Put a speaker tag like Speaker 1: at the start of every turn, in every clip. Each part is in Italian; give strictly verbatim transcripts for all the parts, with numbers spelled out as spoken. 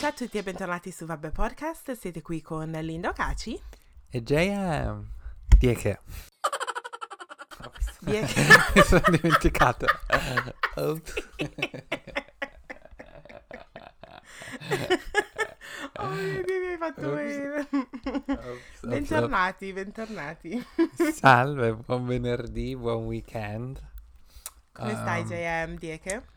Speaker 1: Ciao a tutti e bentornati su Vabbè Podcast, siete qui con Linda Ocaci
Speaker 2: e J M. Chi è che?
Speaker 1: Di-
Speaker 2: Mi sono dimenticato. Ops.
Speaker 1: Oh mio Dio, mi hai fatto bene.
Speaker 2: Ops,
Speaker 1: Bentornati, bentornati.
Speaker 2: Salve, buon venerdì, buon weekend.
Speaker 1: Come stai
Speaker 2: Um,
Speaker 1: J M? Dieke?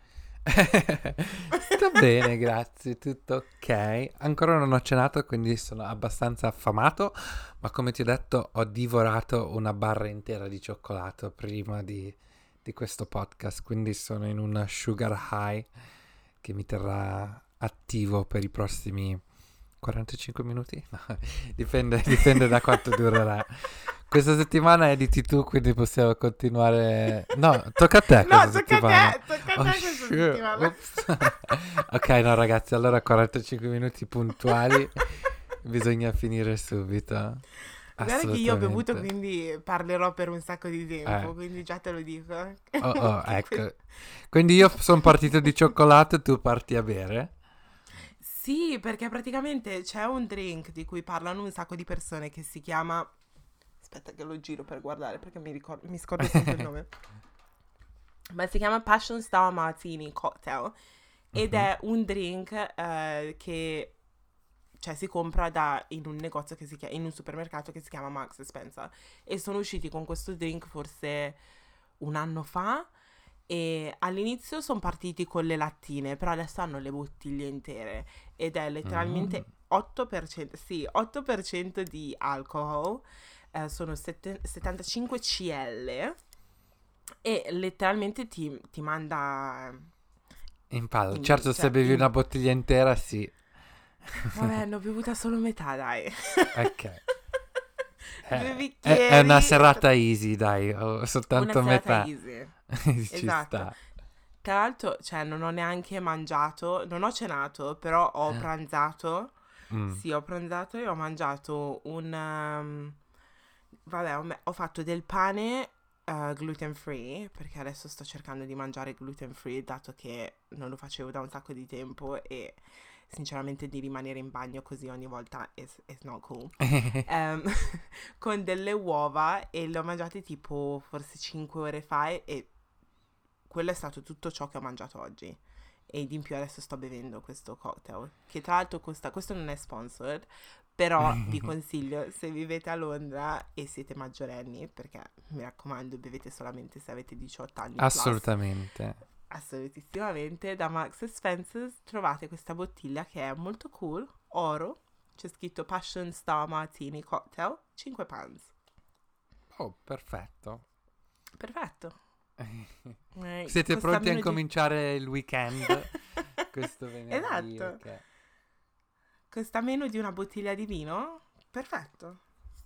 Speaker 2: Sto bene, grazie, tutto ok. Ancora non ho cenato, quindi sono abbastanza affamato, ma come ti ho detto ho divorato una barra intera di cioccolato prima di, di questo podcast, quindi sono in una sugar high che mi terrà attivo per i prossimi quarantacinque minuti? No, dipende, dipende da quanto durerà. Questa settimana editi tu, quindi possiamo continuare. No, tocca a te
Speaker 1: No,
Speaker 2: questa
Speaker 1: tocca
Speaker 2: settimana.
Speaker 1: a te, tocca a
Speaker 2: Oh,
Speaker 1: te questa
Speaker 2: shit.
Speaker 1: settimana.
Speaker 2: Ops. Ok, no ragazzi, allora quarantacinque minuti puntuali. Bisogna finire subito.
Speaker 1: Guarda che io ho bevuto,
Speaker 2: Assolutamente.
Speaker 1: quindi parlerò per un sacco di tempo,
Speaker 2: Eh.
Speaker 1: quindi già te lo dico.
Speaker 2: Oh, oh,
Speaker 1: Che que-
Speaker 2: ecco. Quindi io sono partito di cioccolato e tu parti a bere?
Speaker 1: Sì, perché praticamente c'è un drink di cui parlano un sacco di persone che si chiama... Aspetta che lo giro per guardare perché mi, ricor- mi scordo sempre il nome. Ma si chiama Passion Star Martini Cocktail ed
Speaker 2: Mhm.
Speaker 1: è un drink eh, che cioè, si compra da, in un negozio che si chiama, in un supermercato che si chiama Marks and Spencer. E sono usciti con questo drink forse un anno fa. E all'inizio sono partiti con le lattine, però adesso hanno le bottiglie intere ed è
Speaker 2: Mm.
Speaker 1: letteralmente otto per cento, sì, otto per cento di alcol, eh, sono sette- settantacinque centilitri e letteralmente ti, ti manda
Speaker 2: In palla.
Speaker 1: in,
Speaker 2: Certo, se
Speaker 1: cioè,
Speaker 2: bevi
Speaker 1: in...
Speaker 2: una bottiglia intera, sì.
Speaker 1: Vabbè, ne ho bevuta solo metà, dai.
Speaker 2: Ok.
Speaker 1: Due
Speaker 2: Eh, è, è una
Speaker 1: bicchieri,
Speaker 2: serata easy, dai. Ho
Speaker 1: una
Speaker 2: soltanto
Speaker 1: serata
Speaker 2: metà.
Speaker 1: easy.
Speaker 2: Ci
Speaker 1: Esatto.
Speaker 2: sta.
Speaker 1: Tra l'altro, cioè, non ho neanche mangiato, non ho cenato, però ho pranzato.
Speaker 2: Mm.
Speaker 1: Sì, ho pranzato e ho mangiato un... um, vabbè, ho, me- ho fatto del pane uh, gluten free, perché adesso sto cercando di mangiare gluten free, dato che non lo facevo da un sacco di tempo e sinceramente di rimanere in bagno così ogni volta is, is not cool. Ehm, con delle uova e le ho mangiate tipo forse cinque ore fa e, e quello è stato tutto ciò che ho mangiato oggi. E in più adesso sto bevendo questo cocktail, che tra l'altro costa, questo non è sponsored, però vi consiglio se vivete a Londra e siete maggiorenni, perché mi raccomando bevete solamente se avete diciotto anni plus,
Speaker 2: Assolutamente.
Speaker 1: assolutissimamente, da Marks and Spencer trovate questa bottiglia che è molto cool, oro, c'è scritto Passion Star Martini Cocktail, cinque pounds.
Speaker 2: Oh, perfetto.
Speaker 1: Perfetto. Eh,
Speaker 2: Siete
Speaker 1: costa
Speaker 2: pronti a
Speaker 1: meno di...
Speaker 2: incominciare il weekend? Questo venerdì,
Speaker 1: Esatto.
Speaker 2: ok.
Speaker 1: Costa meno di una bottiglia di vino? Perfetto.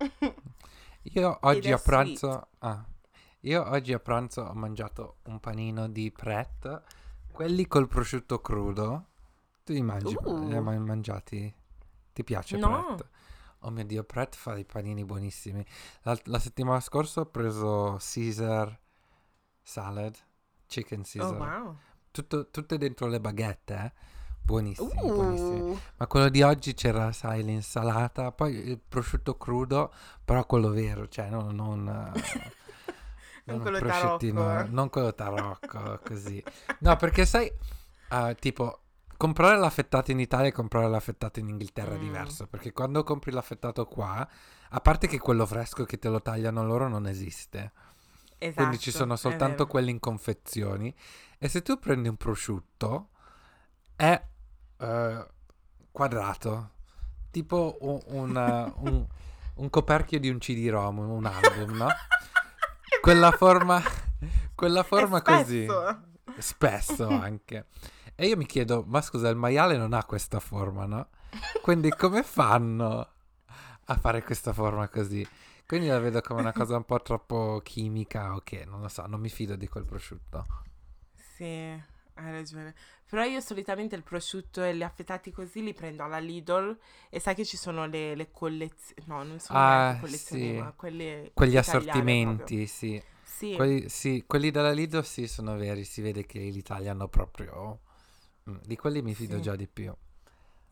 Speaker 2: Io
Speaker 1: Ed
Speaker 2: oggi
Speaker 1: è
Speaker 2: a
Speaker 1: sweet.
Speaker 2: pranzo... Ah. Io oggi a pranzo ho mangiato un panino di Pret. Quelli col prosciutto crudo. Tu li mangi? Li hai
Speaker 1: Uh,
Speaker 2: mai mangiati? Ti piace
Speaker 1: no.
Speaker 2: Pret? Oh mio Dio, Pret fa dei panini buonissimi. La, la settimana scorsa ho preso Caesar salad, chicken
Speaker 1: Oh,
Speaker 2: Caesar.
Speaker 1: wow.
Speaker 2: Tutto, tutte dentro le baguette, eh? Buonissimi, buonissimi.
Speaker 1: Uh,
Speaker 2: Ma quello di oggi c'era, sai, l'insalata, poi il prosciutto crudo, però quello vero, cioè non, non, eh,
Speaker 1: non
Speaker 2: non un
Speaker 1: quello
Speaker 2: prosciuttino,
Speaker 1: tarocco.
Speaker 2: non quello tarocco, così. No, perché sai, eh, tipo, comprare l'affettato in Italia e comprare l'affettato in Inghilterra è
Speaker 1: Mm,
Speaker 2: diverso, perché quando compri l'affettato qua, a parte che quello fresco che te lo tagliano loro non esiste, quindi ci
Speaker 1: esatto,
Speaker 2: sono
Speaker 1: è
Speaker 2: soltanto
Speaker 1: vero.
Speaker 2: quelli in confezioni, e se tu prendi un prosciutto è eh, quadrato, tipo un, un, un- un coperchio di un C D-ROM, un album, no?
Speaker 1: È
Speaker 2: Quella
Speaker 1: vero.
Speaker 2: forma, quella
Speaker 1: È
Speaker 2: forma così,
Speaker 1: spesso.
Speaker 2: spesso anche. E io mi chiedo, ma scusa, il maiale non ha questa forma, no? Quindi come fanno a fare questa forma così? Quindi la vedo come una cosa un po' troppo chimica o che, non lo so, non mi fido di quel prosciutto.
Speaker 1: Sì, hai ragione. Però io solitamente il prosciutto e gli affettati così li prendo alla Lidl e sai che ci sono le, le collezioni, no, non sono neanche
Speaker 2: Ah,
Speaker 1: collezioni,
Speaker 2: sì,
Speaker 1: ma quelle
Speaker 2: quegli
Speaker 1: italiane proprio.
Speaker 2: assortimenti, sì.
Speaker 1: Sì,
Speaker 2: Quelli, sì, quelli della Lidl sì sono veri, si vede che l'Italia hanno proprio... Mm, di quelli mi fido
Speaker 1: sì.
Speaker 2: già di più.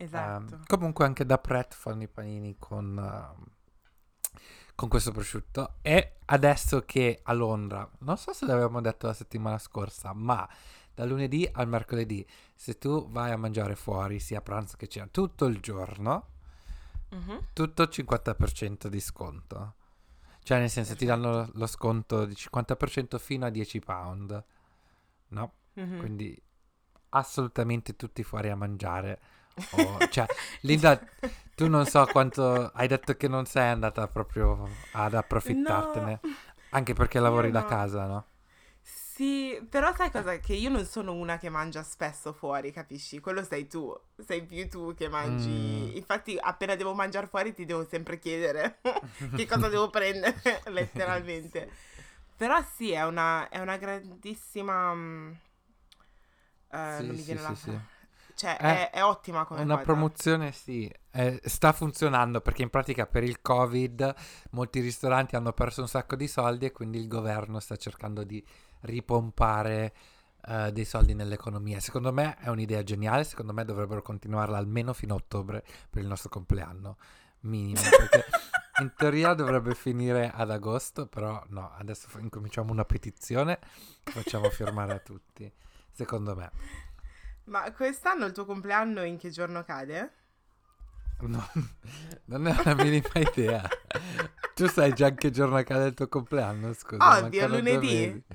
Speaker 1: Esatto.
Speaker 2: Ehm, comunque anche da Pret fanno i panini con, ehm, con questo prosciutto. E adesso che a Londra, non so se l'avevamo detto la settimana scorsa, ma da lunedì al mercoledì, se tu vai a mangiare fuori, sia a pranzo che cena, tutto il giorno,
Speaker 1: Mhm.
Speaker 2: tutto cinquanta per cento di sconto. Cioè, nel senso, ti
Speaker 1: Perfetto.
Speaker 2: danno lo sconto di cinquanta per cento fino a dieci pound, no?
Speaker 1: Mhm.
Speaker 2: Quindi assolutamente tutti fuori a mangiare. O- cioè, Linda, tu non so quanto hai detto che non sei andata proprio ad
Speaker 1: No,
Speaker 2: approfittartene, anche perché
Speaker 1: io
Speaker 2: lavori da
Speaker 1: no.
Speaker 2: casa, no?
Speaker 1: Sì, però sai cosa? Che io non sono una che mangia spesso fuori, capisci? Quello sei tu, sei più tu che
Speaker 2: Mm.
Speaker 1: mangi. Infatti, appena devo mangiare fuori ti devo sempre chiedere che cosa devo prendere, letteralmente.
Speaker 2: Sì.
Speaker 1: Però sì, è una, è una grandissima... mm, eh, non
Speaker 2: Sì,
Speaker 1: mi
Speaker 2: sì,
Speaker 1: viene
Speaker 2: sì,
Speaker 1: la...
Speaker 2: sì.
Speaker 1: Cioè,
Speaker 2: È
Speaker 1: è, è ottima come
Speaker 2: una
Speaker 1: cosa.
Speaker 2: promozione, sì. Eh, sta funzionando perché in pratica per il Covid molti ristoranti hanno perso un sacco di soldi e quindi il governo sta cercando di ripompare eh, dei soldi nell'economia. Secondo me è un'idea geniale, secondo me dovrebbero continuarla almeno fino a ottobre per il nostro compleanno, minimo, perché in teoria dovrebbe finire ad agosto, però no, adesso fa- incominciamo una petizione che facciamo firmare a tutti, secondo me.
Speaker 1: Ma quest'anno il tuo compleanno in che giorno cade?
Speaker 2: No, non ne ho la minima idea. Tu sai già che giorno cade il tuo compleanno? Scusa,
Speaker 1: Ovvio,
Speaker 2: mancano due
Speaker 1: lunedì.
Speaker 2: mesi.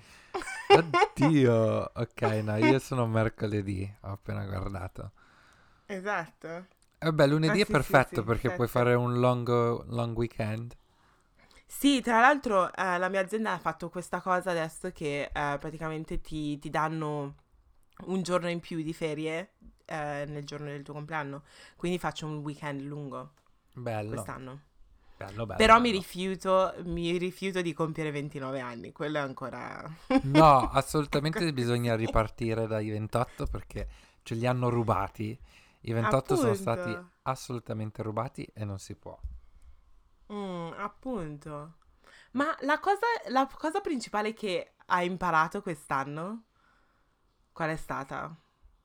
Speaker 2: Oddio, ok, no, io sono mercoledì, ho appena guardato.
Speaker 1: Esatto.
Speaker 2: E beh,
Speaker 1: Ah
Speaker 2: lunedì è
Speaker 1: sì, sì,
Speaker 2: perfetto
Speaker 1: sì,
Speaker 2: perché puoi
Speaker 1: sette.
Speaker 2: fare un long, long weekend.
Speaker 1: Sì, tra l'altro eh, la mia azienda ha fatto questa cosa adesso che eh, praticamente ti, ti danno un giorno in più di ferie eh, nel giorno del tuo compleanno. Quindi faccio un weekend lungo
Speaker 2: Bello,
Speaker 1: quest'anno.
Speaker 2: bello, bello,
Speaker 1: Però mi
Speaker 2: bello.
Speaker 1: rifiuto, mi rifiuto di compiere ventinove anni. Quello è ancora...
Speaker 2: No,
Speaker 1: ancora
Speaker 2: assolutamente bisogna
Speaker 1: così.
Speaker 2: ripartire dai ventotto perché ce li hanno rubati. I ventotto sono stati
Speaker 1: Appunto.
Speaker 2: assolutamente rubati e non si può.
Speaker 1: Mm, appunto. Ma la cosa, la cosa principale che hai imparato quest'anno, qual è stata?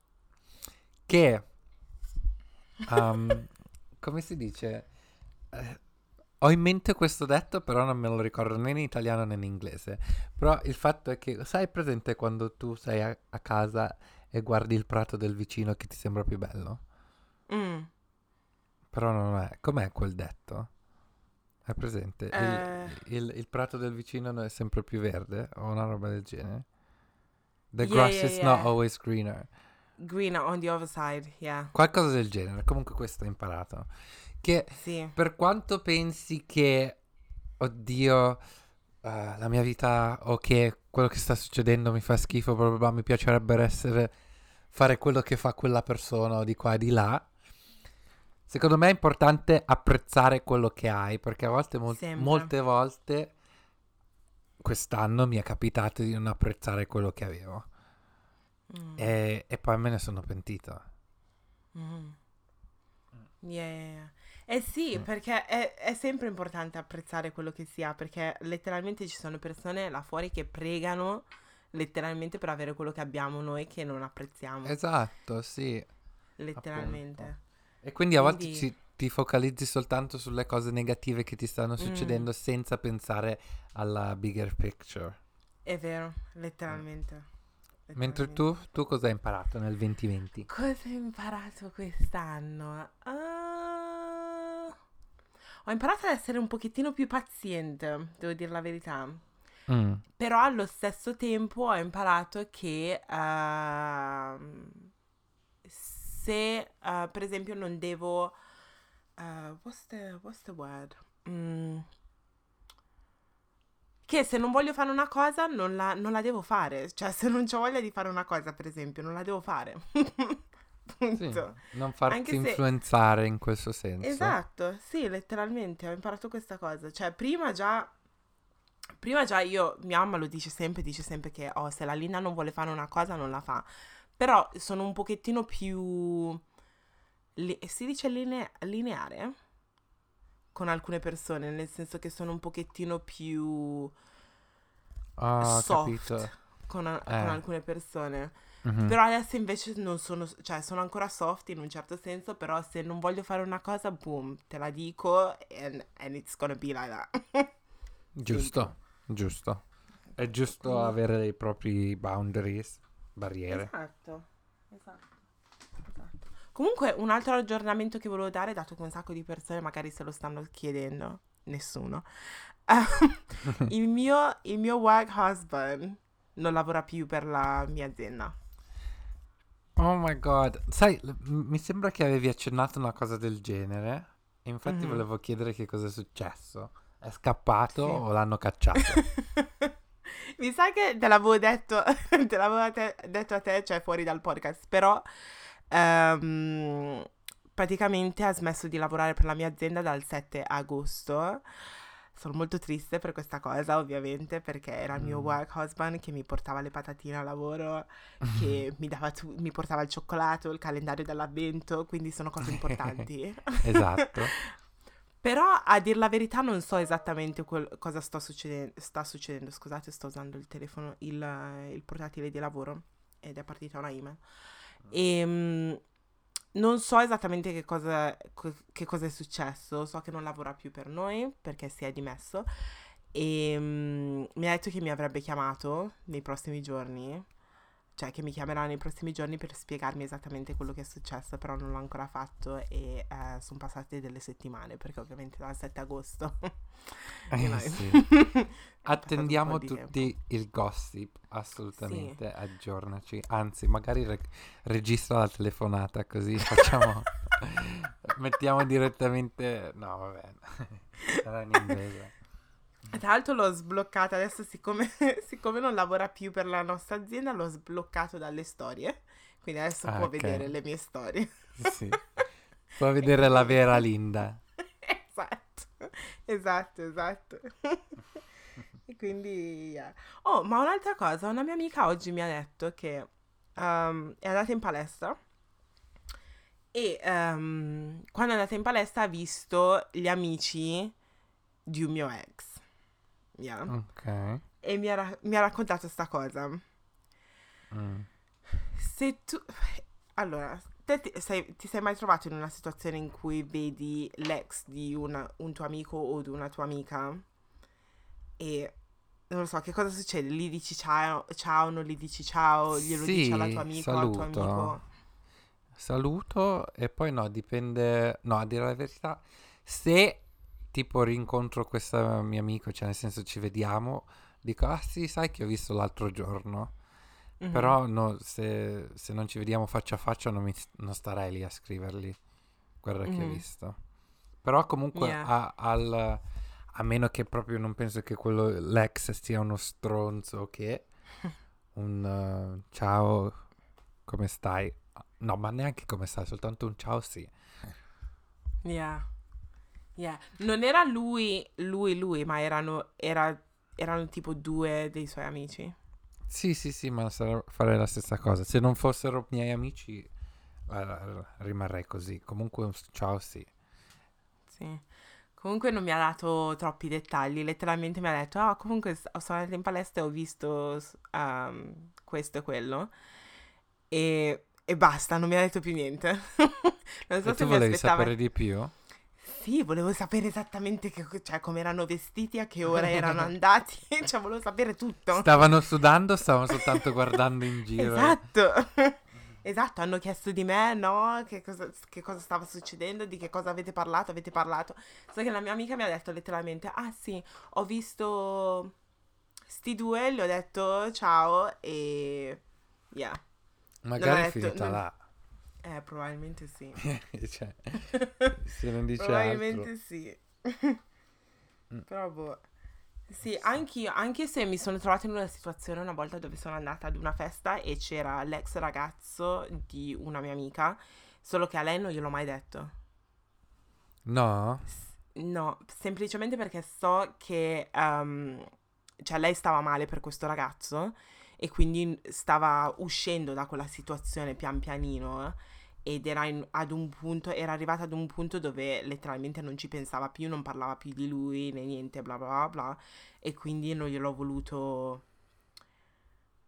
Speaker 2: Che, um, come si dice? Eh, ho in mente questo detto, però non me lo ricordo né in italiano né in inglese. Però il fatto è che, sai presente quando tu sei a, a casa e guardi il prato del vicino che ti sembra più bello?
Speaker 1: Mm,
Speaker 2: Però non è. Com'è quel detto? Hai presente? Il,
Speaker 1: eh,
Speaker 2: il- il prato del vicino non è sempre più verde? O una roba del genere? The
Speaker 1: yeah,
Speaker 2: grass
Speaker 1: yeah,
Speaker 2: is not
Speaker 1: yeah.
Speaker 2: always greener.
Speaker 1: Green on the other side, yeah.
Speaker 2: Qualcosa del genere. Comunque questo ho imparato. Che
Speaker 1: Sì.
Speaker 2: per quanto pensi che, oddio, eh, la mia vita o che quello che sta succedendo mi fa schifo, bla bla bla, mi piacerebbe essere, fare quello che fa quella persona o di qua e di là. Secondo me è importante apprezzare quello che hai, perché a volte, mol-
Speaker 1: Sempre.
Speaker 2: molte volte, quest'anno mi è capitato di non apprezzare quello che avevo.
Speaker 1: Mm,
Speaker 2: E, e poi me ne sono pentito.
Speaker 1: mm. Yeah, yeah, yeah. Eh sì,
Speaker 2: Mm.
Speaker 1: perché è, è sempre importante apprezzare quello che si ha, perché letteralmente ci sono persone là fuori che pregano letteralmente per avere quello che abbiamo noi che non apprezziamo,
Speaker 2: Esatto, sì, appunto.
Speaker 1: letteralmente.
Speaker 2: E quindi a volte
Speaker 1: Quindi,
Speaker 2: ci- ti focalizzi soltanto sulle cose negative che ti stanno
Speaker 1: mm,
Speaker 2: succedendo senza pensare alla bigger picture.
Speaker 1: è vero,
Speaker 2: Mm.
Speaker 1: letteralmente,
Speaker 2: Mentre tu,
Speaker 1: letteralmente.
Speaker 2: tu cosa hai imparato nel duemilaventi?
Speaker 1: Cosa ho imparato quest'anno? Ah, ho imparato ad essere un pochettino più paziente, devo dire la verità.
Speaker 2: Mm.
Speaker 1: Però allo stesso tempo ho imparato che ehm, se eh, per esempio non devo... eh, what's the, what's the word? Mm, che se non voglio fare una cosa non la, non la devo fare. Cioè se non ho voglia di fare una cosa, per esempio, non la devo fare.
Speaker 2: Sì,
Speaker 1: Punto.
Speaker 2: non
Speaker 1: Anche
Speaker 2: farti
Speaker 1: se...
Speaker 2: influenzare in questo senso.
Speaker 1: Esatto, sì, letteralmente ho imparato questa cosa. Cioè prima già... Prima già io, mia mamma lo dice sempre, dice sempre che oh, se la Lina non vuole fare una cosa non la fa. Però sono un pochettino più, li- si dice linea- lineare con alcune persone, nel senso che sono un pochettino più
Speaker 2: Ah, ho
Speaker 1: soft
Speaker 2: capito.
Speaker 1: con, a- con
Speaker 2: Eh.
Speaker 1: alcune persone.
Speaker 2: Mhm.
Speaker 1: Però adesso invece non sono, cioè sono ancora soft in un certo senso, però se non voglio fare una cosa, boom, te la dico and, and it's gonna be like that. Simple.
Speaker 2: Giusto, giusto. È giusto
Speaker 1: Quindi,
Speaker 2: avere dei propri boundaries, barriere.
Speaker 1: esatto, esatto, esatto. Comunque un altro aggiornamento che volevo dare, dato che un sacco di persone magari se lo stanno chiedendo, nessuno. il mio, il mio work husband non lavora più per la mia azienda.
Speaker 2: Oh my god, sai, l- m- mi sembra che avevi accennato una cosa del genere. E infatti
Speaker 1: Mhm.
Speaker 2: volevo chiedere che cosa è successo. È scappato
Speaker 1: Sì.
Speaker 2: o l'hanno cacciato?
Speaker 1: Mi sa che te l'avevo detto, te l'avevo te- detto a te, cioè fuori dal podcast, però ehm, praticamente ha smesso di lavorare per la mia azienda dal sette agosto. Sono molto triste per questa cosa, ovviamente, perché era il mio
Speaker 2: Mm.
Speaker 1: work husband che mi portava le patatine al lavoro, che mi, dava tu- mi portava il cioccolato, il calendario dell'avvento, quindi sono cose importanti.
Speaker 2: Esatto.
Speaker 1: Però a dir la verità non so esattamente quel- cosa sto succedendo, sta succedendo. Scusate, sto usando il telefono, il, il portatile di lavoro ed è partita una email. E mm, non so esattamente che cosa, co- che cosa è successo. So che non lavora più per noi perché si è dimesso. E mm, mi ha detto che mi avrebbe chiamato nei prossimi giorni. Cioè che mi chiamerà nei prossimi giorni per spiegarmi esattamente quello che è successo, però non l'ho ancora fatto e eh, sono passate delle settimane, perché ovviamente dal sette agosto, you know,
Speaker 2: Eh sì.
Speaker 1: è passato un po'
Speaker 2: Attendiamo
Speaker 1: di tempo.
Speaker 2: tutti il gossip,
Speaker 1: Sì,
Speaker 2: assolutamente, aggiornaci. Anzi, magari re- registra la telefonata così facciamo... Mettiamo direttamente... No, vabbè, sarà in inglese.
Speaker 1: tra l'altro l'ho sbloccata, adesso siccome, siccome non lavora più per la nostra azienda, l'ho sbloccato dalle storie, quindi adesso
Speaker 2: Ah,
Speaker 1: può
Speaker 2: ok,
Speaker 1: vedere le mie storie.
Speaker 2: sì. Può
Speaker 1: E
Speaker 2: vedere la
Speaker 1: quindi...
Speaker 2: vera Linda.
Speaker 1: Esatto, esatto, esatto. E quindi, yeah. Oh, ma un'altra cosa, una mia amica oggi mi ha detto che ehm, è andata in palestra e ehm, quando è andata in palestra ha visto gli amici di un mio ex. Yeah.
Speaker 2: Ok.
Speaker 1: E mi ha, ra- mi ha raccontato sta cosa.
Speaker 2: Mm.
Speaker 1: Se tu... Allora, te ti sei, ti sei mai trovato in una situazione in cui vedi l'ex di una- un tuo amico o di una tua amica e non lo so, che cosa succede? Gli dici ciao, ciao, non gli dici ciao, glielo dici alla tua
Speaker 2: Sì,
Speaker 1: amico, al tuo
Speaker 2: saluto.
Speaker 1: amico?
Speaker 2: Saluto e poi no, dipende... No, a dire la verità, se tipo rincontro questo mio amico, cioè nel senso ci vediamo, dico, ah sì, sai che ho visto l'altro giorno.
Speaker 1: Mhm.
Speaker 2: Però no, se, se non ci vediamo faccia a faccia non, mi, non starei lì a scrivergli, guarda che ho
Speaker 1: Mhm.
Speaker 2: visto. Però comunque
Speaker 1: Yeah.
Speaker 2: a, al, a meno che proprio non penso che quello, l'ex sia uno stronzo che un uh, ciao, come stai? No, ma neanche come stai, soltanto un ciao sì.
Speaker 1: Yeah. Yeah. Non era lui, lui, lui, ma erano, era- erano tipo due dei suoi amici.
Speaker 2: Sì, sì, sì, ma sarà- farei la stessa cosa. Se non fossero miei amici, eh, rimarrei così. Comunque un s- ciao sì.
Speaker 1: Sì. Comunque non mi ha dato troppi dettagli, letteralmente mi ha detto, ah, comunque s- sono andata in palestra e ho visto s- ehm, questo e quello. E, e basta, non mi ha detto più niente. Non
Speaker 2: E
Speaker 1: so
Speaker 2: tu
Speaker 1: se mi
Speaker 2: volevi
Speaker 1: aspettava.
Speaker 2: sapere di più?
Speaker 1: Sì, volevo sapere esattamente che, cioè, come erano vestiti, a che ora erano andati, cioè volevo sapere tutto.
Speaker 2: Stavano sudando o stavano soltanto guardando in giro?
Speaker 1: Esatto. Esatto, hanno chiesto di me, no? Che cosa, che cosa stava succedendo, di che cosa avete parlato, avete parlato. So che la mia amica mi ha detto letteralmente, ah sì, ho visto sti due, gli ho detto ciao e... Yeah. Non ha
Speaker 2: Magari è
Speaker 1: detto...
Speaker 2: finita
Speaker 1: non-
Speaker 2: là.
Speaker 1: Eh, probabilmente sì.
Speaker 2: Cioè, se non dice altro.
Speaker 1: Probabilmente sì.
Speaker 2: Mm.
Speaker 1: Però boh. Sì,
Speaker 2: Sì.
Speaker 1: anch'io, anche se mi sono trovata in una situazione una volta dove sono andata ad una festa e c'era l'ex ragazzo di una mia amica, solo che a lei non gliel'ho mai detto.
Speaker 2: No?
Speaker 1: S- No, semplicemente perché so che, ehm, cioè lei stava male per questo ragazzo e quindi stava uscendo da quella situazione pian pianino eh, ed era in- ad un punto, era arrivata ad un punto dove letteralmente non ci pensava più, non parlava più di lui né niente, bla bla bla bla, e quindi non gliel'ho voluto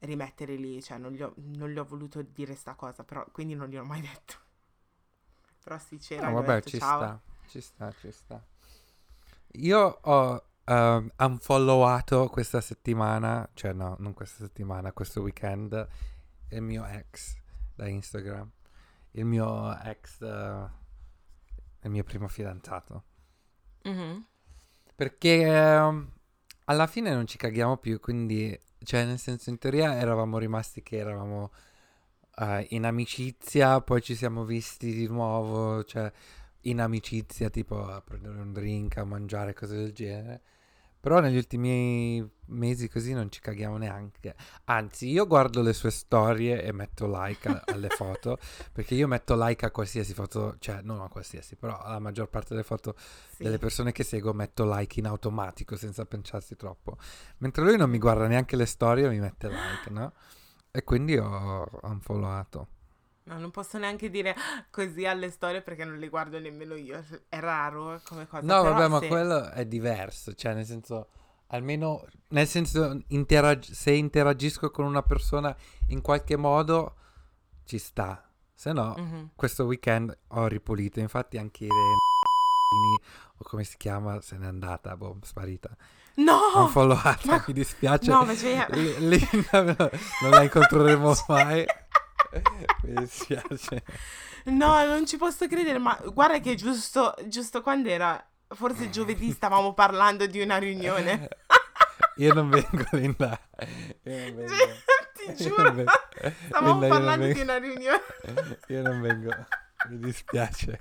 Speaker 1: rimettere lì, cioè non gli ho, non gli ho voluto dire sta cosa, però quindi non gli ho mai detto. Però sì, c'era,
Speaker 2: No,
Speaker 1: gli ho
Speaker 2: vabbè,
Speaker 1: detto
Speaker 2: ci
Speaker 1: ciao.
Speaker 2: sta, ci sta, ci sta. Io ho um, unfollowato questa settimana, cioè no, non questa settimana, questo weekend, il mio ex da Instagram. Il mio ex, eh, il mio primo fidanzato.
Speaker 1: Mhm.
Speaker 2: Perché ehm, alla fine non ci caghiamo più, quindi, cioè, nel senso, in teoria eravamo rimasti che eravamo eh, in amicizia, poi ci siamo visti di nuovo, cioè, in amicizia, tipo a prendere un drink, a mangiare, cose del genere. Però negli ultimi mesi così non ci caghiamo neanche. Anzi, io guardo le sue storie e metto like a- alle foto, perché io metto like a qualsiasi foto, cioè non a qualsiasi, però alla maggior parte delle foto delle
Speaker 1: Sì.
Speaker 2: persone che seguo metto like in automatico senza pensarsi troppo. Mentre lui non mi
Speaker 1: Mhm.
Speaker 2: guarda neanche le storie, mi mette like, no? E quindi ho unfollowato.
Speaker 1: No, non posso neanche dire così alle storie perché non le guardo nemmeno io. È raro come cosa,
Speaker 2: No,
Speaker 1: però
Speaker 2: vabbè, ma
Speaker 1: se...
Speaker 2: quello è diverso, cioè nel senso, almeno, nel senso, interag- se interagisco con una persona in qualche modo, ci sta. Se no,
Speaker 1: Mhm.
Speaker 2: questo weekend ho ripulito, infatti anche Irene, o come si chiama, se n'è andata, boh, sparita.
Speaker 1: No!
Speaker 2: Unfollowata,
Speaker 1: Ma...
Speaker 2: mi dispiace,
Speaker 1: No, ma cioè...
Speaker 2: L- Linda non la incontreremo mai, mi dispiace.
Speaker 1: No, non ci posso credere, ma guarda che giusto, giusto quando era, forse giovedì stavamo parlando di una riunione.
Speaker 2: Io non vengo, Linda. Io non vengo.
Speaker 1: Cioè, ti
Speaker 2: Io
Speaker 1: giuro,
Speaker 2: non vengo.
Speaker 1: stavamo
Speaker 2: Linda, io non
Speaker 1: parlando di
Speaker 2: vengo.
Speaker 1: una riunione.
Speaker 2: Io non vengo. Mi dispiace.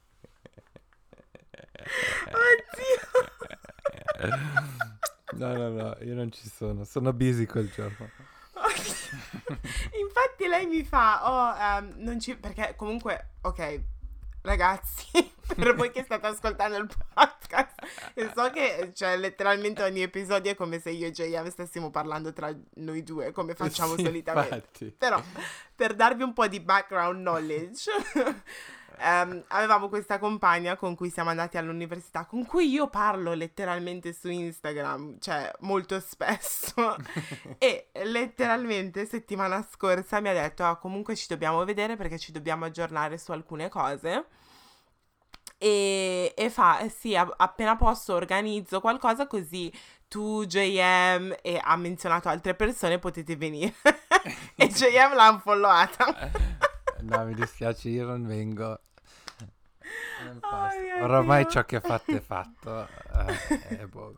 Speaker 1: Oddio.
Speaker 2: No, no, no, io non ci sono. Sono busy quel giorno.
Speaker 1: Infatti lei mi fa, oh, ehm, non ci... perché comunque, ok, ragazzi, per voi che state ascoltando il podcast, e so che, cioè, letteralmente ogni episodio è come se io e J M stessimo parlando tra noi due, come facciamo
Speaker 2: Sì,
Speaker 1: solitamente.
Speaker 2: infatti.
Speaker 1: Però, per darvi un po' di background knowledge, ehm, avevamo questa compagna con cui siamo andati all'università, con cui io parlo letteralmente su Instagram, cioè molto spesso. E letteralmente settimana scorsa mi ha detto: "Ah, comunque ci dobbiamo vedere perché ci dobbiamo aggiornare su alcune cose." E, e fa, eh sì, a- appena posso organizzo qualcosa così tu, J M, e ha menzionato altre persone, potete venire. E J M l'ha unfollowata.
Speaker 2: No, mi dispiace, io non vengo. Non
Speaker 1: Oh
Speaker 2: posso.
Speaker 1: mio
Speaker 2: Oramai
Speaker 1: Dio.
Speaker 2: ciò che è fatto è fatto. Eh, è boh.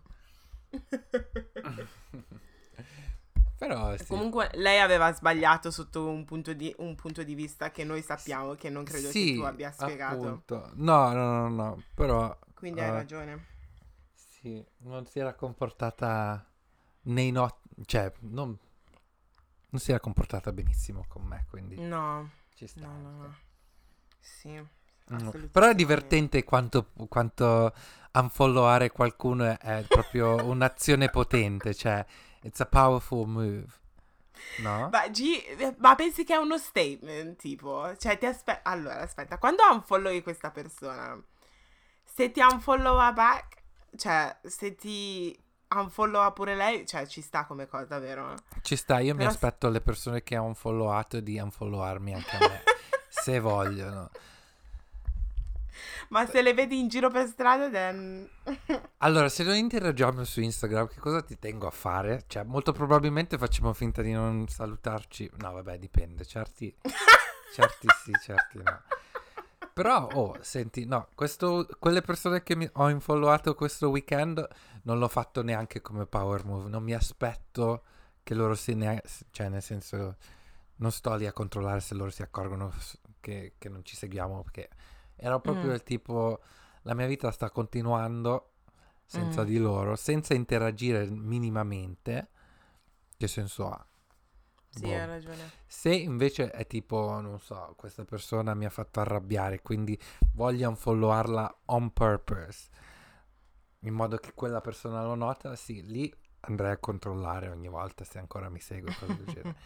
Speaker 2: Però sì.
Speaker 1: Comunque lei aveva sbagliato sotto un punto di, un punto di vista che noi
Speaker 2: S-
Speaker 1: sappiamo, che non credo che tu
Speaker 2: sì,
Speaker 1: abbia spiegato.
Speaker 2: appunto. No, no, no, no. Però
Speaker 1: Quindi hai
Speaker 2: eh,
Speaker 1: ragione.
Speaker 2: sì, non si era comportata nei no... Cioè, non, non si era comportata benissimo con me, quindi
Speaker 1: No,
Speaker 2: ci sta
Speaker 1: no, no,
Speaker 2: anche.
Speaker 1: no. Sì,
Speaker 2: Mm. Però è
Speaker 1: assolutissimamente.
Speaker 2: divertente quanto, quanto unfolloware qualcuno è, è proprio un'azione potente, cioè, it's a powerful move, no?
Speaker 1: Ma, G, ma pensi che è uno statement, tipo? Cioè, ti aspetta... Allora, aspetta, quando unfollowi questa persona, se ti unfollowa back, cioè, se ti unfollowa pure lei, cioè, ci sta come cosa, vero?
Speaker 2: Ci sta, io mi
Speaker 1: Però... s-
Speaker 2: aspetto le persone che ho unfollowato di unfollowarmi anche a me, se vogliono.
Speaker 1: Ma se le vedi in giro per strada, then...
Speaker 2: Allora, se noi interagiamo su Instagram, che cosa ti tengo a fare? Cioè, molto probabilmente facciamo finta di non salutarci. No, vabbè, dipende. Certi, certi sì, certi no. Però, oh, senti, no, questo, quelle persone che mi ho infollowato questo weekend non l'ho fatto neanche come power move. Non mi aspetto che loro si ne... Cioè, nel senso, non sto lì a controllare se loro si accorgono s- che, che non ci seguiamo, perché era proprio
Speaker 1: Mm,
Speaker 2: il tipo, la mia vita sta continuando senza
Speaker 1: mm.
Speaker 2: di loro, senza interagire minimamente. Che senso ha?
Speaker 1: Sì, hai
Speaker 2: Boh.
Speaker 1: ragione.
Speaker 2: Se invece è tipo, non so, questa persona mi ha fatto arrabbiare, quindi voglio unfollowarla on purpose, in modo che quella persona lo nota, sì, lì andrei a controllare ogni volta se ancora mi segue, cose del genere.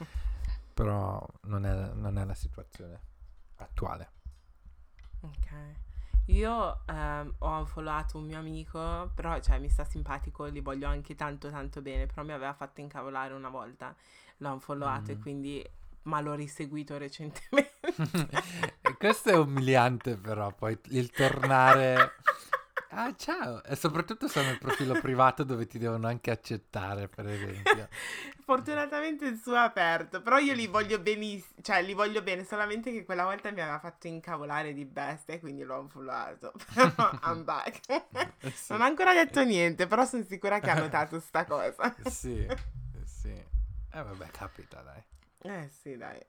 Speaker 2: Però non è, non è la situazione attuale.
Speaker 1: Ok. Io ehm, ho unfollowato un mio amico, però cioè mi sta simpatico, gli voglio anche tanto tanto bene, però mi aveva fatto incavolare una volta, l'ho unfollowato e
Speaker 2: Mm.
Speaker 1: quindi, ma l'ho riseguito recentemente.
Speaker 2: E questo è umiliante però, poi il tornare... Ah, ciao! E soprattutto se nel profilo privato dove ti devono anche accettare, per esempio.
Speaker 1: Fortunatamente il suo è aperto, però io li voglio benissimo, cioè li voglio bene, solamente che quella volta mi aveva fatto incavolare di bestia e quindi l'ho unfollato. Però I'm back.
Speaker 2: Eh
Speaker 1: Non
Speaker 2: sì.
Speaker 1: ho ancora detto niente, però sono sicura che ha notato sta cosa.
Speaker 2: Sì, sì. Eh vabbè, capita, dai.
Speaker 1: Eh sì, dai.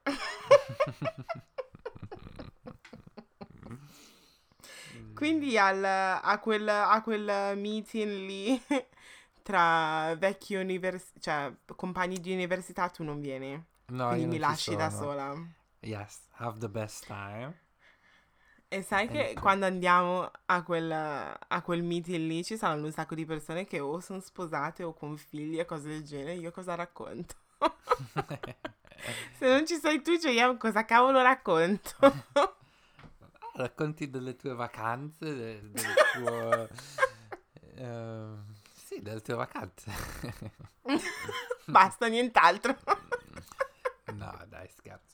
Speaker 1: Quindi al, a, quel, a quel meeting lì tra vecchi univers- cioè compagni di università tu non vieni.
Speaker 2: No,
Speaker 1: Quindi
Speaker 2: io
Speaker 1: mi
Speaker 2: non ci
Speaker 1: lasci da
Speaker 2: sono.
Speaker 1: sola.
Speaker 2: Yes, have the best time.
Speaker 1: E sai
Speaker 2: And...
Speaker 1: che quando andiamo a quel, a quel meeting lì ci saranno un sacco di persone che o sono sposate o con figli e cose del genere. Io cosa racconto? Se non ci sei tu, cioè io cosa cavolo racconto?
Speaker 2: Racconti delle tue vacanze, de- del tuo... eh, sì, delle tue vacanze.
Speaker 1: Basta, nient'altro.
Speaker 2: No, dai, scherzo.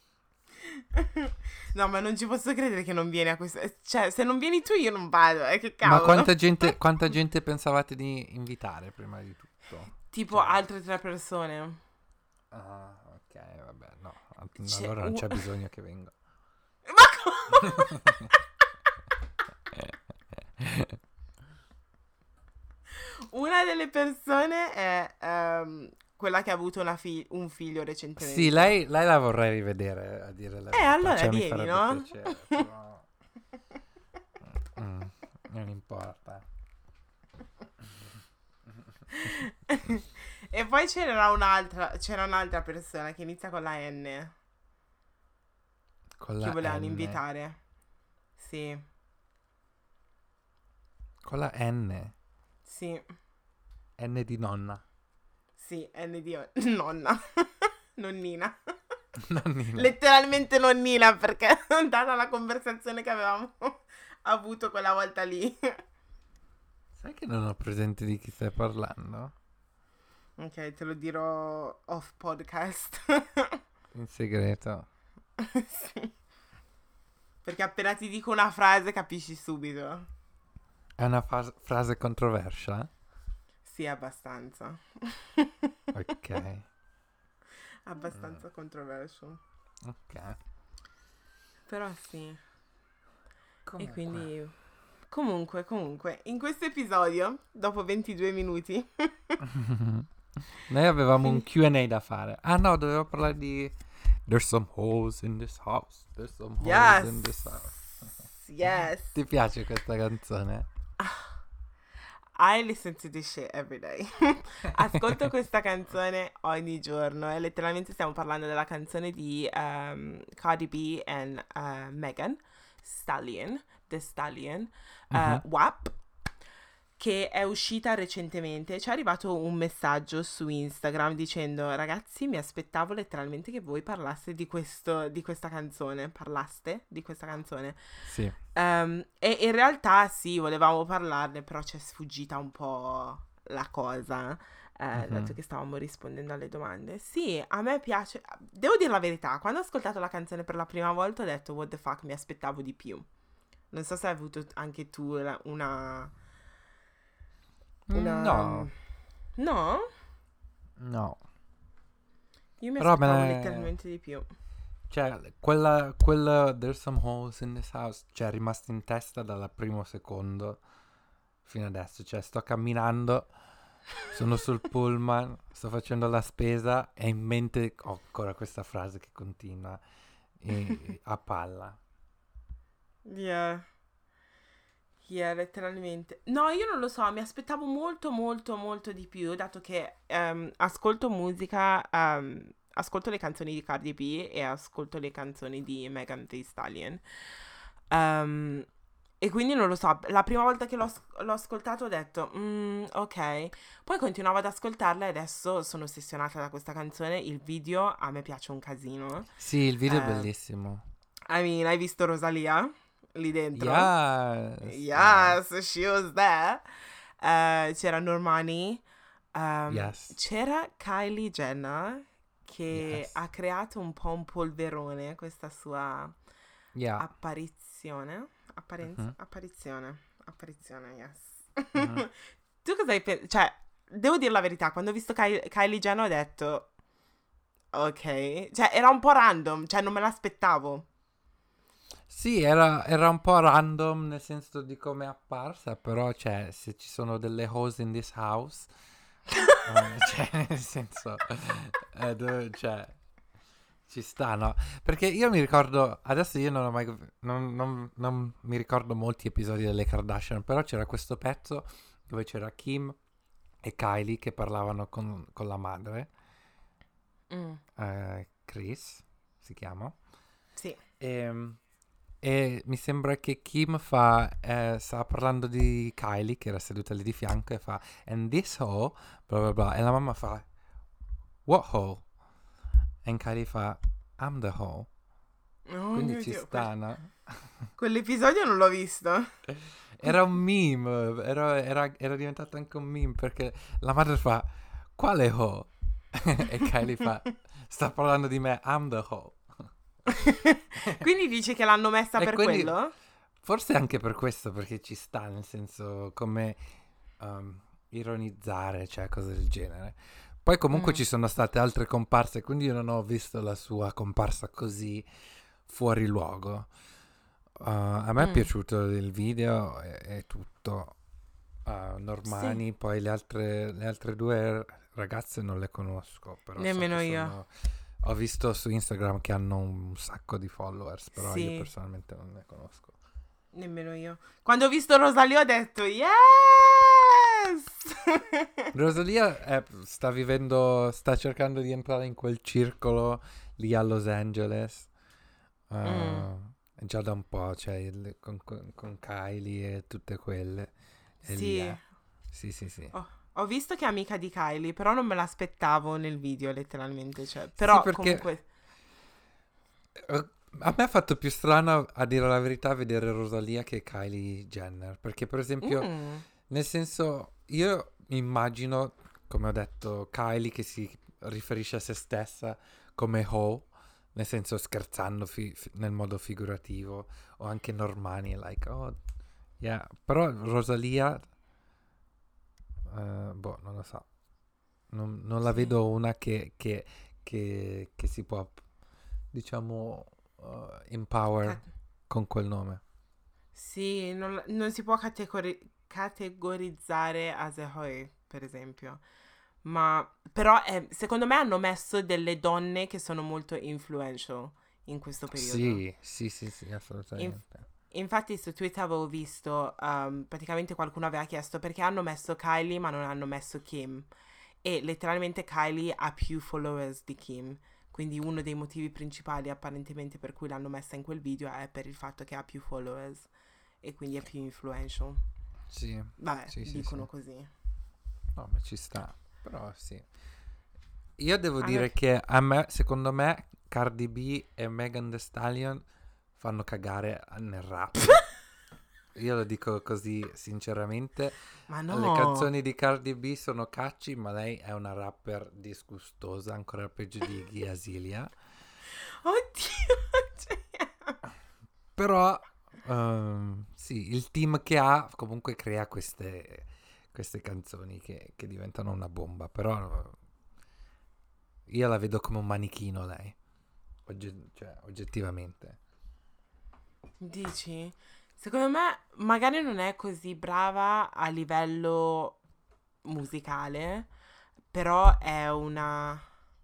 Speaker 1: No, ma non ci posso credere che non vieni a questo. Cioè, se non vieni tu, io non vado, eh, che
Speaker 2: Ma
Speaker 1: cavolo.
Speaker 2: quanta gente, quanta gente pensavate di invitare prima di tutto?
Speaker 1: Tipo
Speaker 2: Cioè,
Speaker 1: altre tre persone.
Speaker 2: ah, ok, vabbè, no.
Speaker 1: C'è
Speaker 2: Allora non
Speaker 1: u-
Speaker 2: c'è bisogno che venga.
Speaker 1: Ma come? Una delle persone è ehm, quella che ha avuto una fi- un figlio
Speaker 2: Sì,
Speaker 1: recentemente.
Speaker 2: lei, lei la vorrei rivedere, a dire la
Speaker 1: Eh,
Speaker 2: verità.
Speaker 1: allora
Speaker 2: Cioè, mi
Speaker 1: vieni,
Speaker 2: farebbe
Speaker 1: no?
Speaker 2: piacere, però... mm, non importa.
Speaker 1: E poi c'era un'altra, c'era un'altra persona che inizia con la N
Speaker 2: Con
Speaker 1: che
Speaker 2: la
Speaker 1: volevano
Speaker 2: N.
Speaker 1: invitare. Sì,
Speaker 2: Con la N.
Speaker 1: sì,
Speaker 2: N di nonna.
Speaker 1: sì, N di O- nonna, nonnina.
Speaker 2: Nonnina.
Speaker 1: Letteralmente nonnina perché data la conversazione che avevamo avuto quella volta lì.
Speaker 2: Sai che non ho presente di chi stai parlando?
Speaker 1: Ok, te lo dirò off podcast.
Speaker 2: In segreto.
Speaker 1: Sì. Perché appena ti dico una frase capisci subito.
Speaker 2: È una fas- frase controversa?
Speaker 1: Sì, abbastanza.
Speaker 2: Ok.
Speaker 1: Abbastanza controversial.
Speaker 2: Ok.
Speaker 1: Però sì. E
Speaker 2: Comunque.
Speaker 1: quindi... Comunque, comunque, in questo episodio, dopo ventidue minuti...
Speaker 2: Noi avevamo un
Speaker 1: fin-
Speaker 2: Q and A da fare. Ah no, dovevo parlare di... There's some holes in this house. There's some holes
Speaker 1: Yes!
Speaker 2: in this house.
Speaker 1: Yes!
Speaker 2: Ti piace questa canzone?
Speaker 1: I listen to this shit every day. Ascolto questa canzone ogni giorno e letteralmente stiamo parlando della canzone di um, Cardi B e uh, Megan Stallion, The Stallion, uh,
Speaker 2: Mhm.
Speaker 1: W A P, che è uscita recentemente. Ci è arrivato un messaggio su Instagram dicendo: ragazzi, mi aspettavo letteralmente che voi parlaste di questo, di questa canzone. Parlaste di questa canzone.
Speaker 2: Sì.
Speaker 1: Um, e in realtà sì, volevamo parlarne, però ci è sfuggita un po' la cosa, eh, dato
Speaker 2: Mhm.
Speaker 1: che stavamo rispondendo alle domande. Sì, a me piace, devo dire la verità, quando ho ascoltato la canzone per la prima volta ho detto what the fuck, mi aspettavo di più. Non so se hai avuto anche tu la- una...
Speaker 2: Mm,
Speaker 1: una...
Speaker 2: No,
Speaker 1: No?
Speaker 2: no.
Speaker 1: Io mi
Speaker 2: Però me
Speaker 1: aspettavo
Speaker 2: ne...
Speaker 1: letteralmente di più.
Speaker 2: Cioè, quella, quella There's some holes in this house, cioè, è rimasta in testa dal primo secondo fino adesso. Cioè, sto camminando, sono sul pullman, sto facendo la spesa e in mente ho ancora questa frase che continua e- a palla.
Speaker 1: Yeah. Yeah, letteralmente. No, io non lo so, mi aspettavo molto, molto, molto di più, dato che ehm, ascolto musica, ehm, ascolto le canzoni di Cardi B e ascolto le canzoni di Megan Thee Stallion. Ehm, e quindi non lo so, la prima volta che l'ho, as- l'ho ascoltato ho detto, "Mm, ok." Poi continuavo ad ascoltarla e adesso sono ossessionata da questa canzone. Il video a me piace un casino.
Speaker 2: Sì, il video è
Speaker 1: Eh,
Speaker 2: bellissimo.
Speaker 1: I mean, hai visto Rosalia? lì dentro.
Speaker 2: Yes.
Speaker 1: Yes, she was there. Uh, c'era Normani. Um,
Speaker 2: Yes.
Speaker 1: C'era Kylie Jenner che
Speaker 2: Yes.
Speaker 1: ha creato un po' un polverone questa sua
Speaker 2: Yeah.
Speaker 1: apparizione. Apparenza?
Speaker 2: Mhm.
Speaker 1: Apparizione. Apparizione, yes.
Speaker 2: Mhm.
Speaker 1: Tu cosa hai pensato? Cioè, devo dire la verità, quando ho visto Ky- Kylie Jenner ho detto ok, cioè era un po' random, cioè non me l'aspettavo.
Speaker 2: Sì, era, era un po' random nel senso di come è apparsa, però cioè, se ci sono delle hoes in this house, eh, cioè, nel senso, eh, dove- cioè, ci sta, no? Perché io mi ricordo, adesso io non ho mai, non, non- non mi ricordo molti episodi delle Kardashian, però c'era questo pezzo dove c'era Kim e Kylie che parlavano con, con la madre,
Speaker 1: Mm,
Speaker 2: eh, Chris si chiama,
Speaker 1: sì.
Speaker 2: e, e mi sembra che Kim fa, eh, stava parlando di Kylie che era seduta lì di fianco e fa, and this hoe, bla bla bla, e la mamma fa, what hoe? E Kylie fa, I'm the hoe.
Speaker 1: Oh
Speaker 2: Quindi
Speaker 1: mio
Speaker 2: ci
Speaker 1: Dio, quel-
Speaker 2: sta, no?
Speaker 1: quell'episodio non l'ho visto.
Speaker 2: Era un meme, era, era, era diventato anche un meme perché la madre fa, quale ho? E Kylie fa, sta parlando di me, I'm the hoe.
Speaker 1: Quindi dici che l'hanno messa
Speaker 2: E
Speaker 1: per
Speaker 2: quindi
Speaker 1: quello?
Speaker 2: forse anche per questo, perché ci sta, nel senso come um, ironizzare, cioè cose del genere. Poi comunque
Speaker 1: Mm,
Speaker 2: ci sono state altre comparse, quindi io non ho visto la sua comparsa così fuori luogo. Uh, a me è
Speaker 1: mm,
Speaker 2: piaciuto il video e, e tutto. Uh,
Speaker 1: sì,
Speaker 2: Normani, poi le altre, le altre due ragazze non le conosco, però so che
Speaker 1: nemmeno io.
Speaker 2: sono... Ho visto su Instagram che hanno un sacco di followers, però io
Speaker 1: Sì,
Speaker 2: personalmente non ne conosco.
Speaker 1: nemmeno io. Quando ho visto Rosalia ho detto yes!
Speaker 2: Rosalia è- sta vivendo, sta cercando di entrare in quel circolo lì a Los Angeles.
Speaker 1: Mm,
Speaker 2: Uh, già da un po', cioè il- con, con- con Kylie e tutte quelle. E lì
Speaker 1: sì,
Speaker 2: è. Sì, sì, sì.
Speaker 1: ho, ho visto che è amica di Kylie, però non me l'aspettavo nel video, letteralmente. Cioè,
Speaker 2: Sì,
Speaker 1: però
Speaker 2: perché
Speaker 1: comunque...
Speaker 2: eh, a me ha fatto più strano, a dire la verità, vedere Rosalia che Kylie Jenner. Perché, per esempio,
Speaker 1: Mm,
Speaker 2: nel senso, io immagino, come ho detto, Kylie che si riferisce a se stessa come Ho, nel senso scherzando fi- fi- nel modo figurativo, o anche Normani, like, oh, yeah. Però Rosalia, eh, boh, non lo so. Non, non la
Speaker 1: sì.
Speaker 2: vedo una che, che, che, che si può, diciamo, uh, empower
Speaker 1: Ca-
Speaker 2: con quel nome.
Speaker 1: sì, non, non si può categori- categorizzare as a Hoi, per esempio. Ma però eh, secondo me hanno messo delle donne che sono molto influential in questo periodo.
Speaker 2: Sì, sì, sì, sì,
Speaker 1: Inf-
Speaker 2: assolutamente.
Speaker 1: infatti su Twitter avevo visto, um, praticamente qualcuno aveva chiesto perché hanno messo Kylie ma non hanno messo Kim. E letteralmente Kylie ha più followers di Kim. Quindi uno dei motivi principali apparentemente per cui l'hanno messa in quel video è per il fatto che ha più followers e quindi è più influential.
Speaker 2: Sì,
Speaker 1: Vabbè,
Speaker 2: sì, sì, sì.
Speaker 1: dicono così.
Speaker 2: No, ma ci sta. Però sì. Io devo
Speaker 1: A me
Speaker 2: dire
Speaker 1: pi-
Speaker 2: che a me, secondo me, Cardi B e Megan Thee Stallion fanno cagare nel rap. Io lo dico così sinceramente.
Speaker 1: Ma
Speaker 2: Le
Speaker 1: no!
Speaker 2: canzoni di Cardi B sono catchy, ma lei è una rapper disgustosa, ancora peggio di Iggy Azalea.
Speaker 1: Oddio! Cioè...
Speaker 2: Però, ehm, sì, il team che ha comunque crea queste, queste canzoni che, che diventano una bomba. Però io la vedo come un manichino lei, ogge- cioè, oggettivamente.
Speaker 1: Dici? Secondo me magari non è così brava a livello musicale, però è una...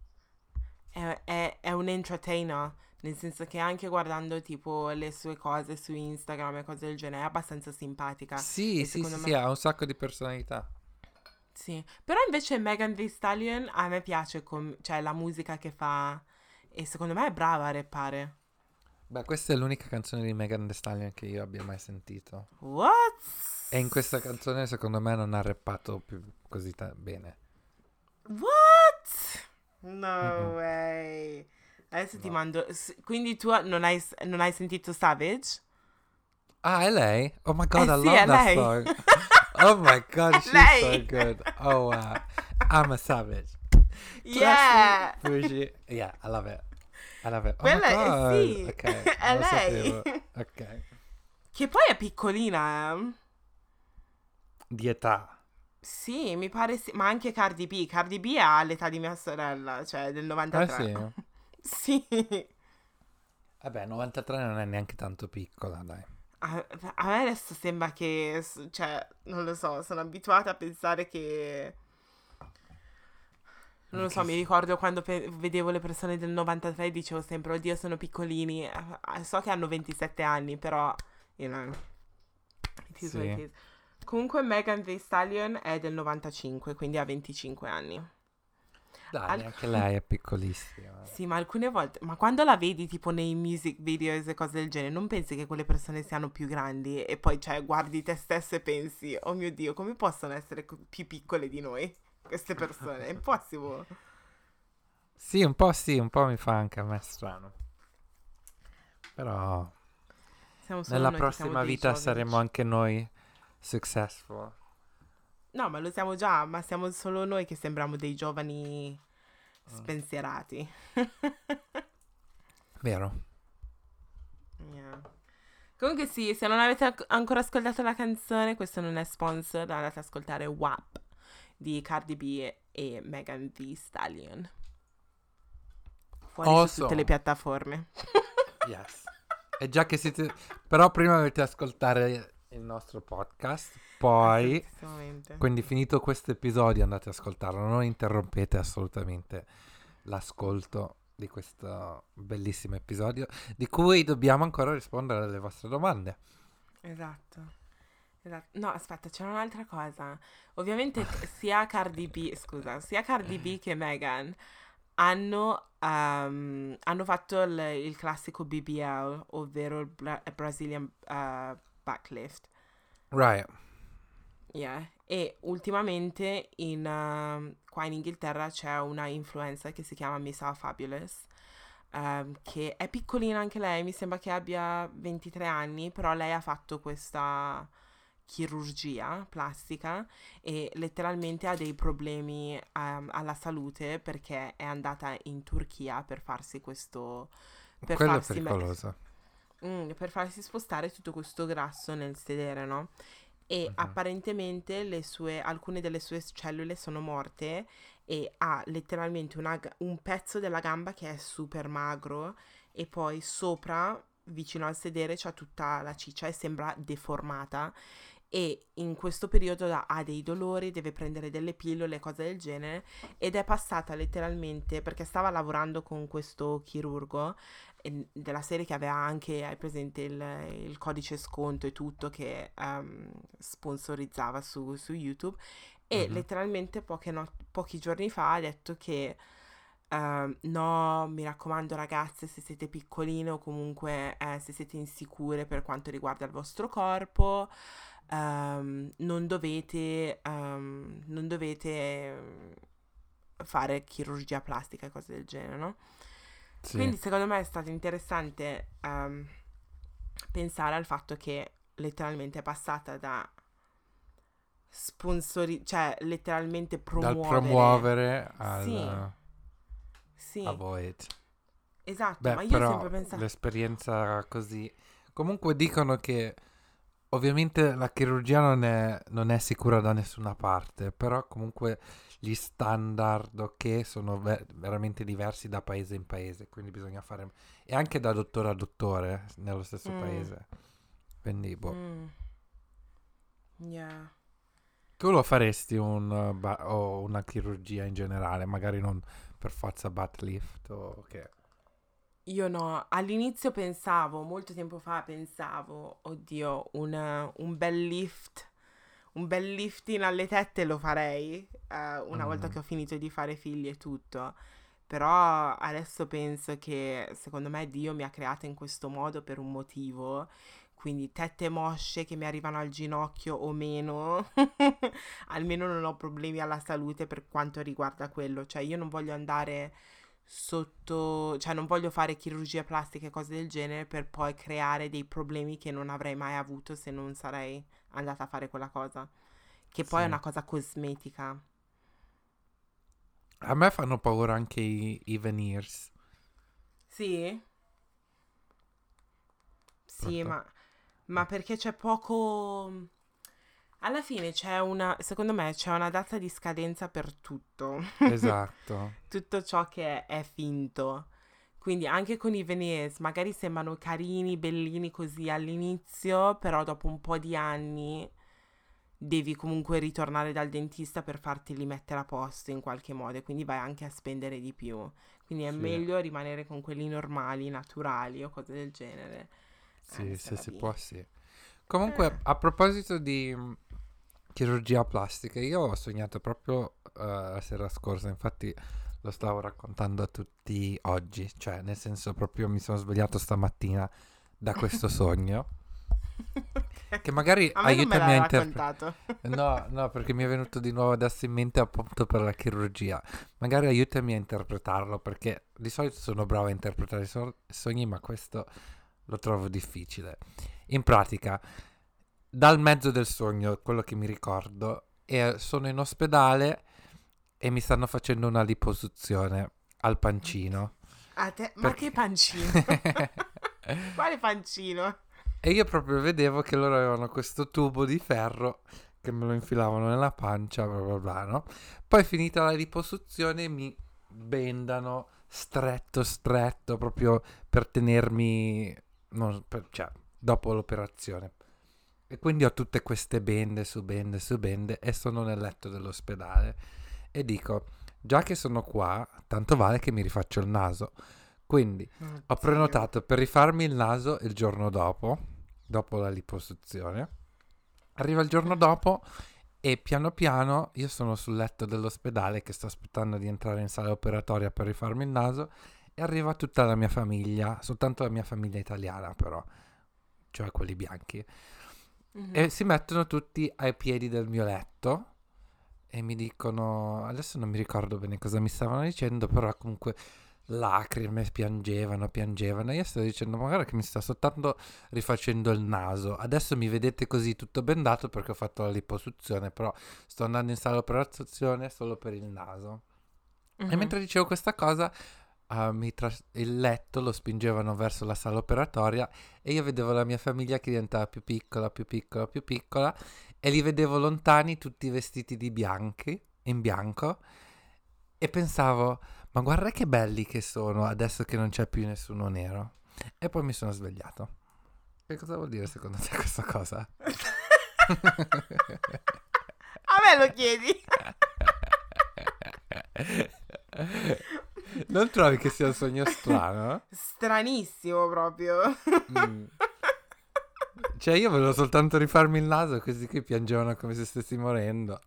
Speaker 1: è, è, è un entertainer, nel senso che anche guardando tipo le sue cose su Instagram e cose del genere è abbastanza simpatica
Speaker 2: Sì,
Speaker 1: e
Speaker 2: sì,
Speaker 1: secondo
Speaker 2: sì, sì,
Speaker 1: me
Speaker 2: ha un sacco di personalità.
Speaker 1: sì. Però invece Megan Thee Stallion a me piace, com- cioè la musica che fa e secondo me è brava a rappare.
Speaker 2: Beh, questa è l'unica canzone di Megan Thee Stallion che io abbia mai sentito.
Speaker 1: What?
Speaker 2: E in questa canzone, secondo me, non ha rappato più così ta- bene.
Speaker 1: What?
Speaker 2: Mm-mm.
Speaker 1: No way. Adesso ti
Speaker 2: No.
Speaker 1: mando. s- Quindi tu non hai, non hai sentito Savage?
Speaker 2: Ah, è lei? Oh my god,
Speaker 1: Eh
Speaker 2: I
Speaker 1: sì,
Speaker 2: love
Speaker 1: è
Speaker 2: that
Speaker 1: lei.
Speaker 2: song. Oh my god,
Speaker 1: È
Speaker 2: she's so
Speaker 1: lei.
Speaker 2: good. Oh wow. I'm a savage. Classy,
Speaker 1: Yeah.
Speaker 2: bougie. Yeah, I love it. I love it. Oh my
Speaker 1: Quella è
Speaker 2: god.
Speaker 1: sì,
Speaker 2: Ok,
Speaker 1: è
Speaker 2: non lo
Speaker 1: lei.
Speaker 2: sapevo. Ok.
Speaker 1: Che poi è piccolina, eh.
Speaker 2: Di età.
Speaker 1: Sì, mi pare sì, ma anche Cardi B. Cardi B ha l'età di mia sorella, cioè del
Speaker 2: Ah
Speaker 1: novantatré.
Speaker 2: sì?
Speaker 1: Sì.
Speaker 2: Vabbè, novantatré non è neanche tanto piccola, dai.
Speaker 1: A, a me adesso sembra che, s- cioè, non lo so, sono abituata a pensare che, non lo so,
Speaker 2: Che
Speaker 1: mi
Speaker 2: s-
Speaker 1: ricordo quando pe- vedevo le persone del novantatré e dicevo sempre, oddio, sono piccolini. Eh, eh, So che hanno ventisette anni, però, you know, it is what it
Speaker 2: Sì.
Speaker 1: is. Comunque Megan Thee Stallion è del novantacinque, quindi ha venticinque anni.
Speaker 2: Dai,
Speaker 1: Al-
Speaker 2: neanche lei è piccolissima.
Speaker 1: Sì, ma alcune volte, ma quando la vedi tipo nei music videos e cose del genere, non pensi che quelle persone siano più grandi e poi, cioè, guardi te stesso e pensi, oh mio Dio, come possono essere co- più piccole di noi, queste persone? È impossibile.
Speaker 2: Sì, un po' sì, un po' mi fa anche a me strano. Però
Speaker 1: Siamo solo
Speaker 2: nella
Speaker 1: noi che siamo
Speaker 2: prossima
Speaker 1: dei
Speaker 2: vita saremo
Speaker 1: giovani.
Speaker 2: anche noi successful.
Speaker 1: No, ma lo siamo già, ma siamo solo noi che sembriamo dei giovani
Speaker 2: Mm.
Speaker 1: spensierati.
Speaker 2: Vero?
Speaker 1: Yeah. Comunque sì, se non avete ac- ancora ascoltato la canzone, questo non è sponsor, andate ad ascoltare W A P di Cardi B e, e Megan Thee Stallion. Fuori su tutte le
Speaker 2: Awesome.
Speaker 1: piattaforme.
Speaker 2: Yes. E già che siete... Però prima dovete ascoltare il nostro podcast, poi,
Speaker 1: Assolutamente.
Speaker 2: quindi finito questo episodio andate ad ascoltarlo, non interrompete assolutamente l'ascolto di questo bellissimo episodio, di cui dobbiamo ancora rispondere alle vostre domande.
Speaker 1: Esatto. Esatto. No, aspetta, c'era un'altra cosa. Ovviamente c- sia Cardi B, scusa, sia Cardi B che Megan hanno, ehm, hanno fatto il, il classico B B L, ovvero il Bra- Brazilian eh, backlift.
Speaker 2: Right.
Speaker 1: Yeah. E ultimamente in, ehm, qua in Inghilterra c'è una influencer che si chiama Miss All Fabulous, ehm, che è piccolina anche lei, mi sembra che abbia ventitré anni, però lei ha fatto questa chirurgia plastica e letteralmente ha dei problemi ehm, alla salute perché è andata in Turchia per farsi questo, per
Speaker 2: Quello è
Speaker 1: farsi, me-
Speaker 2: pericoloso.
Speaker 1: mm, per farsi spostare tutto questo grasso nel sedere, no? E
Speaker 2: Mhm.
Speaker 1: apparentemente le sue, alcune delle sue cellule sono morte e ha letteralmente una ga- un pezzo della gamba che è super magro e poi sopra, vicino al sedere, c'ha tutta la ciccia e sembra deformata e in questo periodo ha ha dei dolori, deve prendere delle pillole, cose del genere ed è passata letteralmente perché stava lavorando con questo chirurgo e- della serie che aveva anche, hai presente il, il codice sconto e tutto che ehm, sponsorizzava su, su YouTube e
Speaker 2: Mhm.
Speaker 1: letteralmente poche no- pochi giorni fa ha detto che ehm, no, mi raccomando ragazze, se siete piccoline o comunque eh, se siete insicure per quanto riguarda il vostro corpo, ehm, non dovete, ehm, non dovete ehm, fare chirurgia plastica e cose del genere, no?
Speaker 2: Sì.
Speaker 1: Quindi secondo me è stato interessante ehm, pensare al fatto che letteralmente è passata da sponsori, cioè letteralmente
Speaker 2: Dal
Speaker 1: promuovere.
Speaker 2: promuovere
Speaker 1: Sì,
Speaker 2: al
Speaker 1: sì,
Speaker 2: avoid.
Speaker 1: esatto,
Speaker 2: Beh,
Speaker 1: ma io ho
Speaker 2: però
Speaker 1: sempre pensato.
Speaker 2: l'esperienza così... Comunque dicono che ovviamente la chirurgia non è, non è sicura da nessuna parte, però comunque gli standard, ok, sono ve- veramente diversi da paese in paese, quindi bisogna fare... E anche da dottore a dottore nello stesso
Speaker 1: Mm,
Speaker 2: paese. Quindi, boh.
Speaker 1: mm, yeah.
Speaker 2: Tu lo faresti un, uh, ba- o una chirurgia in generale, magari non per forza butt lift o ok.
Speaker 1: Io no, all'inizio pensavo, molto tempo fa pensavo, oddio, un, un bel lift, un bel lifting alle tette lo farei eh, una volta
Speaker 2: Mm.
Speaker 1: che ho finito di fare figli e tutto. Però adesso penso che secondo me Dio mi ha creato in questo modo per un motivo. Quindi tette mosce che mi arrivano al ginocchio o meno, almeno non ho problemi alla salute per quanto riguarda quello. Cioè io non voglio andare sotto, cioè non voglio fare chirurgia plastica e cose del genere per poi creare dei problemi che non avrei mai avuto se non sarei andata a fare quella cosa, che poi è
Speaker 2: Sì.
Speaker 1: una cosa cosmetica.
Speaker 2: A me fanno paura anche i, i veneers.
Speaker 1: Sì? Sì,
Speaker 2: Pronto?
Speaker 1: ma, ma perché c'è poco... Alla fine c'è una, secondo me c'è una data di scadenza per tutto.
Speaker 2: Esatto.
Speaker 1: Tutto ciò che è, è finto. Quindi anche con i veneers, magari sembrano carini, bellini così all'inizio, però dopo un po' di anni devi comunque ritornare dal dentista per farteli mettere a posto in qualche modo e quindi vai anche a spendere di più. Quindi è
Speaker 2: Sì,
Speaker 1: meglio rimanere con quelli normali, naturali o cose del genere. Eh,
Speaker 2: sì, se
Speaker 1: messa
Speaker 2: si
Speaker 1: via.
Speaker 2: può, sì. Comunque,
Speaker 1: Eh.
Speaker 2: a proposito di mh, chirurgia plastica, io ho sognato proprio eh, la sera scorsa, infatti lo stavo raccontando a tutti oggi, cioè nel senso proprio mi sono svegliato stamattina da questo sogno,
Speaker 1: Ok.
Speaker 2: che magari
Speaker 1: A me non me
Speaker 2: aiutami a
Speaker 1: l'hai
Speaker 2: interpretare.
Speaker 1: raccontato.
Speaker 2: No, no, perché mi è venuto di nuovo adesso in mente appunto per la chirurgia. Magari aiutami a interpretarlo, perché di solito sono bravo a interpretare i so- sogni, ma questo lo trovo difficile. In pratica, dal mezzo del sogno, quello che mi ricordo, è sono in ospedale e mi stanno facendo una liposuzione al pancino.
Speaker 1: A te- Ma che
Speaker 2: Perché?
Speaker 1: pancino? Quale pancino?
Speaker 2: E io proprio vedevo che loro avevano questo tubo di ferro che me lo infilavano nella pancia, bla bla bla, no? Poi finita la liposuzione mi bendano stretto stretto proprio per tenermi, non- per- cioè, dopo l'operazione. E quindi ho tutte queste bende su bende su bende e sono nel letto dell'ospedale e dico, già che sono qua, tanto vale che mi rifaccio il naso. Quindi ho
Speaker 1: Oddio.
Speaker 2: prenotato per rifarmi il naso il giorno dopo, dopo la liposuzione. Arriva il giorno dopo e piano piano io sono sul letto dell'ospedale che sto aspettando di entrare in sala operatoria per rifarmi il naso e arriva tutta la mia famiglia, soltanto la mia famiglia italiana però, cioè quelli bianchi. E
Speaker 1: Mhm.
Speaker 2: si mettono tutti ai piedi del mio letto e mi dicono, adesso non mi ricordo bene cosa mi stavano dicendo, però comunque lacrime, piangevano, piangevano. Io sto dicendo, ma guarda che mi sta soltanto rifacendo il naso. Adesso mi vedete così tutto bendato perché ho fatto la liposuzione, però sto andando in sala operazione solo per il naso. E
Speaker 1: Mhm.
Speaker 2: mentre dicevo questa cosa, ah, mi tras- il letto lo spingevano verso la sala operatoria e io vedevo la mia famiglia che diventava più piccola, più piccola, più piccola e li vedevo lontani tutti vestiti di bianchi, in bianco e pensavo, ma guarda che belli che sono adesso che non c'è più nessuno nero. E poi mi sono svegliato. Che cosa vuol dire secondo te questa cosa?
Speaker 1: A me lo chiedi?
Speaker 2: Non trovi che sia un sogno strano?
Speaker 1: Stranissimo proprio.
Speaker 2: Mm. Cioè io volevo soltanto rifarmi il naso e questi qui piangevano come se stessi morendo.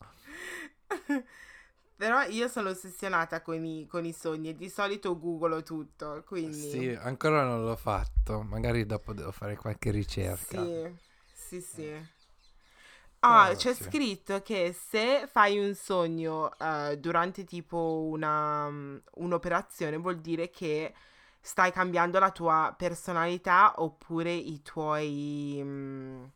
Speaker 1: Però io sono ossessionata con i, con i sogni e di solito googolo tutto,
Speaker 2: Sì,
Speaker 1: quindi
Speaker 2: ancora non l'ho fatto. Magari dopo devo fare qualche ricerca.
Speaker 1: sì, sì, sì. Ah,
Speaker 2: Però
Speaker 1: c'è
Speaker 2: sì.
Speaker 1: scritto che se fai un sogno eh, durante tipo una, mm, un'operazione vuol dire che stai cambiando la tua personalità oppure i tuoi mm,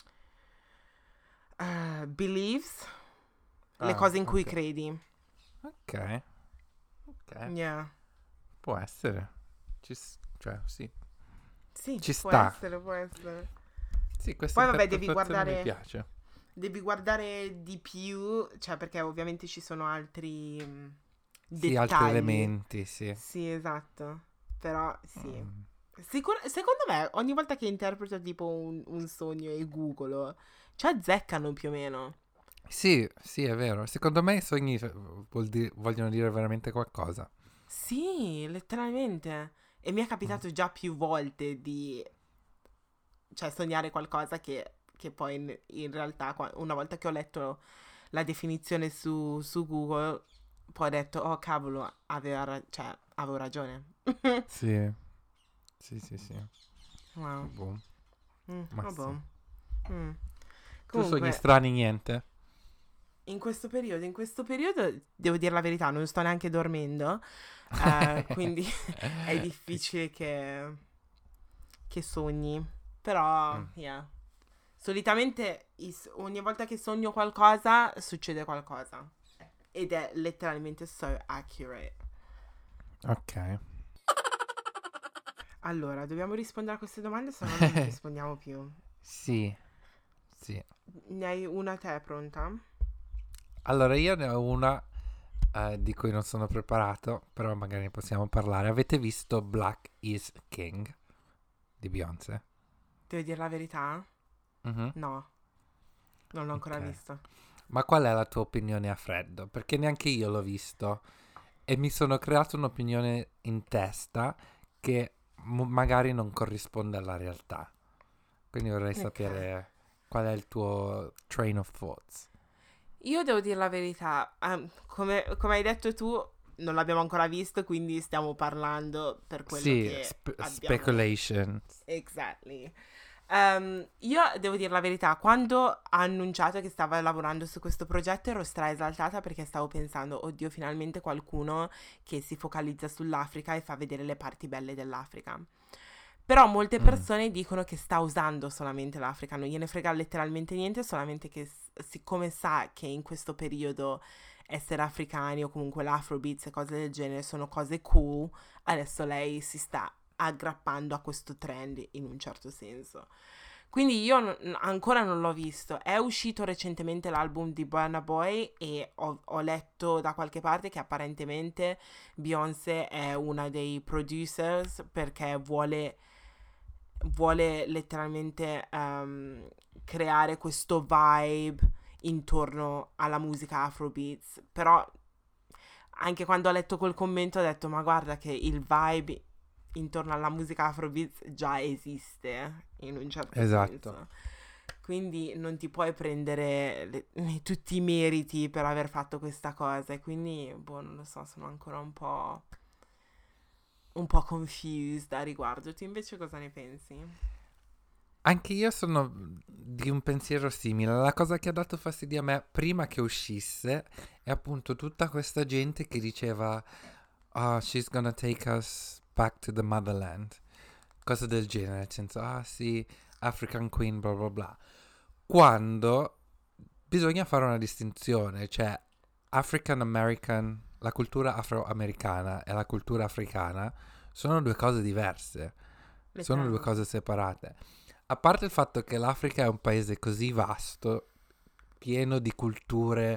Speaker 1: eh, beliefs, le
Speaker 2: Ah,
Speaker 1: cose in cui
Speaker 2: ok.
Speaker 1: credi.
Speaker 2: Ok. Ok.
Speaker 1: Yeah.
Speaker 2: Può essere. Ci s- cioè, sì.
Speaker 1: Sì,
Speaker 2: Ci
Speaker 1: può
Speaker 2: sta.
Speaker 1: essere, può essere.
Speaker 2: Sì, questa
Speaker 1: Poi vabbè, devi
Speaker 2: interpretazione mi
Speaker 1: guardare,
Speaker 2: piace.
Speaker 1: devi guardare di più, cioè perché ovviamente ci sono altri mm,
Speaker 2: Sì, altri
Speaker 1: dettagli.
Speaker 2: elementi, sì.
Speaker 1: Sì, esatto. Però sì.
Speaker 2: Mm.
Speaker 1: Sicur- secondo me, ogni volta che interpreto tipo un, un sogno e googolo, ci azzeccano più o meno.
Speaker 2: Sì, sì, è vero. Secondo me i sogni eh, vuol dire- vogliono dire veramente qualcosa.
Speaker 1: Sì, letteralmente. E mi è
Speaker 2: Mm.
Speaker 1: capitato già più volte di, cioè, sognare qualcosa che, che poi in, in realtà, qua- una volta che ho letto la definizione su, su Google, poi ho detto, oh cavolo, aveva ra- cioè, avevo ragione.
Speaker 2: Sì, sì, sì, sì.
Speaker 1: Wow.
Speaker 2: Boh,
Speaker 1: Mm,
Speaker 2: ma sì.
Speaker 1: vabbè. Mm.
Speaker 2: Tu sogni
Speaker 1: Comunque,
Speaker 2: strani niente?
Speaker 1: In questo periodo, in questo periodo, devo dire la verità, non sto neanche dormendo, eh, quindi è difficile che, che sogni. Però,
Speaker 2: Mm,
Speaker 1: yeah. Solitamente is- ogni volta che sogno qualcosa, succede qualcosa. Ed è letteralmente so accurate.
Speaker 2: ok.
Speaker 1: Allora, dobbiamo rispondere a queste domande, se no non rispondiamo più.
Speaker 2: Sì, sì.
Speaker 1: Ne hai una te pronta?
Speaker 2: Allora io ne ho una eh, di cui non sono preparato, però magari ne possiamo parlare. Avete visto Black is King di Beyoncé?
Speaker 1: Devo dire la verità?
Speaker 2: Mhm.
Speaker 1: No, non l'ho ancora
Speaker 2: Ok.
Speaker 1: visto.
Speaker 2: Ma qual è la tua opinione a freddo? Perché neanche io l'ho visto e mi sono creato un'opinione in testa che m- magari non corrisponde alla realtà. Quindi vorrei
Speaker 1: Ok.
Speaker 2: sapere qual è il tuo train of thoughts.
Speaker 1: Io devo dire la verità, ehm, come, come hai detto tu, non l'abbiamo ancora visto, quindi stiamo parlando per quello
Speaker 2: Sì,
Speaker 1: che
Speaker 2: spe-
Speaker 1: abbiamo.
Speaker 2: speculation.
Speaker 1: Exactly. Ehm, io devo dire la verità, quando ha annunciato che stava lavorando su questo progetto ero stra esaltata perché stavo pensando, oddio, finalmente qualcuno che si focalizza sull'Africa e fa vedere le parti belle dell'Africa. Però molte
Speaker 2: Mm,
Speaker 1: persone dicono che sta usando solamente l'Africa, non gliene frega letteralmente niente, solamente che s- siccome sa che in questo periodo essere africani o comunque l'Afrobeats e cose del genere sono cose cool, adesso lei si sta aggrappando a questo trend in un certo senso. Quindi io non- ancora non l'ho visto. È uscito recentemente l'album di Burna Boy e ho, ho letto da qualche parte che apparentemente Beyoncé è una dei producers perché vuole, vuole letteralmente ehm, creare questo vibe intorno alla musica Afrobeats. Però anche quando ho letto quel commento ho detto ma guarda che il vibe intorno alla musica Afrobeats già esiste in un certo
Speaker 2: esatto.
Speaker 1: senso. Quindi non ti puoi prendere le- tutti i meriti per aver fatto questa cosa. E quindi, boh, non lo so, sono ancora un po', un po' confused a riguardo. Tu invece cosa ne pensi?
Speaker 2: Anche io sono di un pensiero simile. La cosa che ha dato fastidio a me prima che uscisse è appunto tutta questa gente che diceva ah, she's gonna take us back to the motherland. Cose del genere, nel senso, ah sì, African Queen, bla bla bla. Quando bisogna fare una distinzione, cioè African American, la cultura afroamericana e la cultura africana sono due cose diverse, sono due cose
Speaker 1: Letteralmente.
Speaker 2: separate. A parte il fatto che l'Africa è un paese così vasto, pieno di culture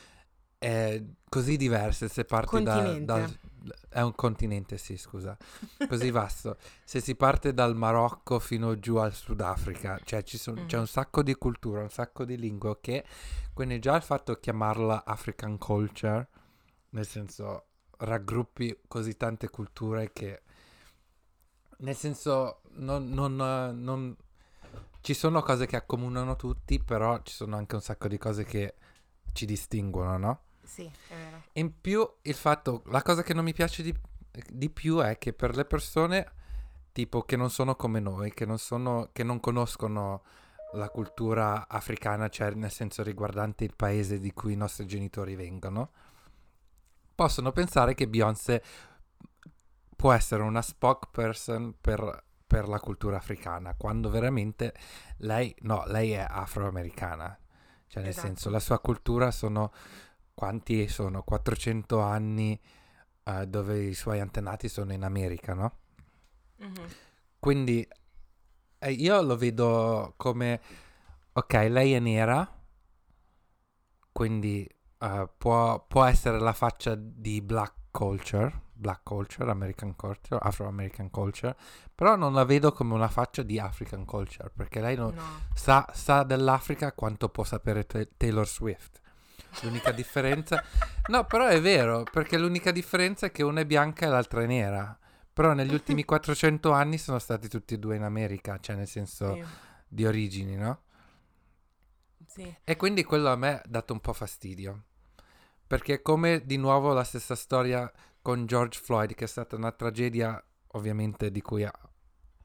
Speaker 2: eh, così diverse, se parti da,
Speaker 1: Continente.
Speaker 2: dal... È un continente, sì, scusa. Così vasto. Se si parte dal Marocco fino giù al Sudafrica, cioè ci son- c'è
Speaker 1: Mhm.
Speaker 2: un sacco di cultura, un sacco di lingue, ok? Quindi già il fatto di chiamarla African culture, nel senso raggruppi così tante culture che... Nel senso, non, non, eh, non- ci sono cose che accomunano tutti, però ci sono anche un sacco di cose che ci distinguono, no?
Speaker 1: Sì, è vero.
Speaker 2: In più, il fatto, la cosa che non mi piace di, di più è che per le persone tipo che non sono come noi, che non, sono, che non conoscono la cultura africana, cioè nel senso riguardante il paese di cui i nostri genitori vengono, possono pensare che Beyoncé può essere una spokesperson per, per la cultura africana, quando veramente lei, no, lei è afroamericana. Cioè nel senso,
Speaker 1: Esatto.
Speaker 2: la sua cultura sono, quanti sono? quattrocento anni eh, dove i suoi antenati sono in America, no?
Speaker 1: Mhm.
Speaker 2: Quindi eh, io lo vedo come, ok, lei è nera, quindi eh, può, può essere la faccia di black culture, black culture, American culture, Afro-American culture, però non la vedo come una faccia di African culture, perché lei non,
Speaker 1: No.
Speaker 2: sa, sa dell'Africa quanto può sapere te- Taylor Swift. L'unica differenza... No, però è vero, perché l'unica differenza è che una è bianca e l'altra è nera. Però negli ultimi quattrocento anni sono stati tutti e due in America, cioè nel senso
Speaker 1: Sì,
Speaker 2: di origini, no?
Speaker 1: sì.
Speaker 2: E quindi quello a me ha dato un po' fastidio. Perché è come di nuovo la stessa storia con George Floyd, che è stata una tragedia ovviamente di cui ah,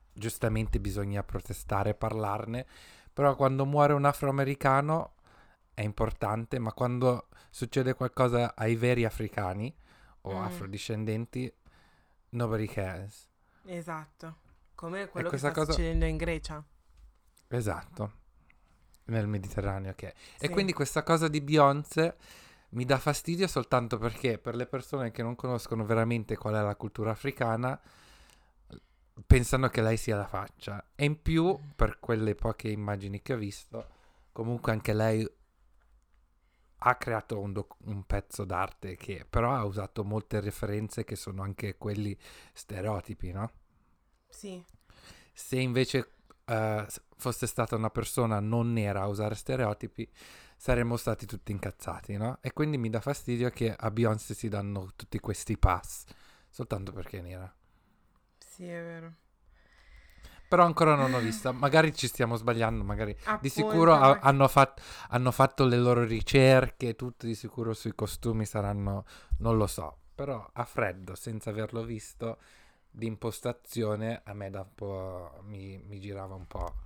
Speaker 2: giustamente bisogna protestare e parlarne, però quando muore un afroamericano è importante, ma quando succede qualcosa ai veri africani o
Speaker 1: Mm,
Speaker 2: afrodiscendenti, nobody cares.
Speaker 1: esatto. Come
Speaker 2: E
Speaker 1: quello che
Speaker 2: questa
Speaker 1: sta
Speaker 2: cosa,
Speaker 1: succedendo in Grecia.
Speaker 2: esatto, nel Mediterraneo che è. E
Speaker 1: Sì.
Speaker 2: quindi questa cosa di Beyoncé mi dà fastidio soltanto perché per le persone che non conoscono veramente qual è la cultura africana, pensano che lei sia la faccia. E in più,
Speaker 1: Mm.
Speaker 2: per quelle poche immagini che ho visto, comunque anche lei ha creato un, doc- un pezzo d'arte che però ha usato molte referenze che sono anche quelli stereotipi, no?
Speaker 1: Sì.
Speaker 2: Se invece eh, s- fosse stata una persona non nera a usare stereotipi, saremmo stati tutti incazzati, no? E quindi mi dà fastidio che a Beyoncé si danno tutti questi pass soltanto perché è nera.
Speaker 1: Sì, è vero.
Speaker 2: Però ancora non ho vista, magari ci stiamo sbagliando, magari di sicuro
Speaker 1: Appunto,
Speaker 2: ha-
Speaker 1: ma...
Speaker 2: hanno, fat- hanno fatto le loro ricerche, tutte di sicuro sui costumi saranno, non lo so, però a freddo, senza averlo visto, di impostazione, a me da un po' mi, mi girava un po'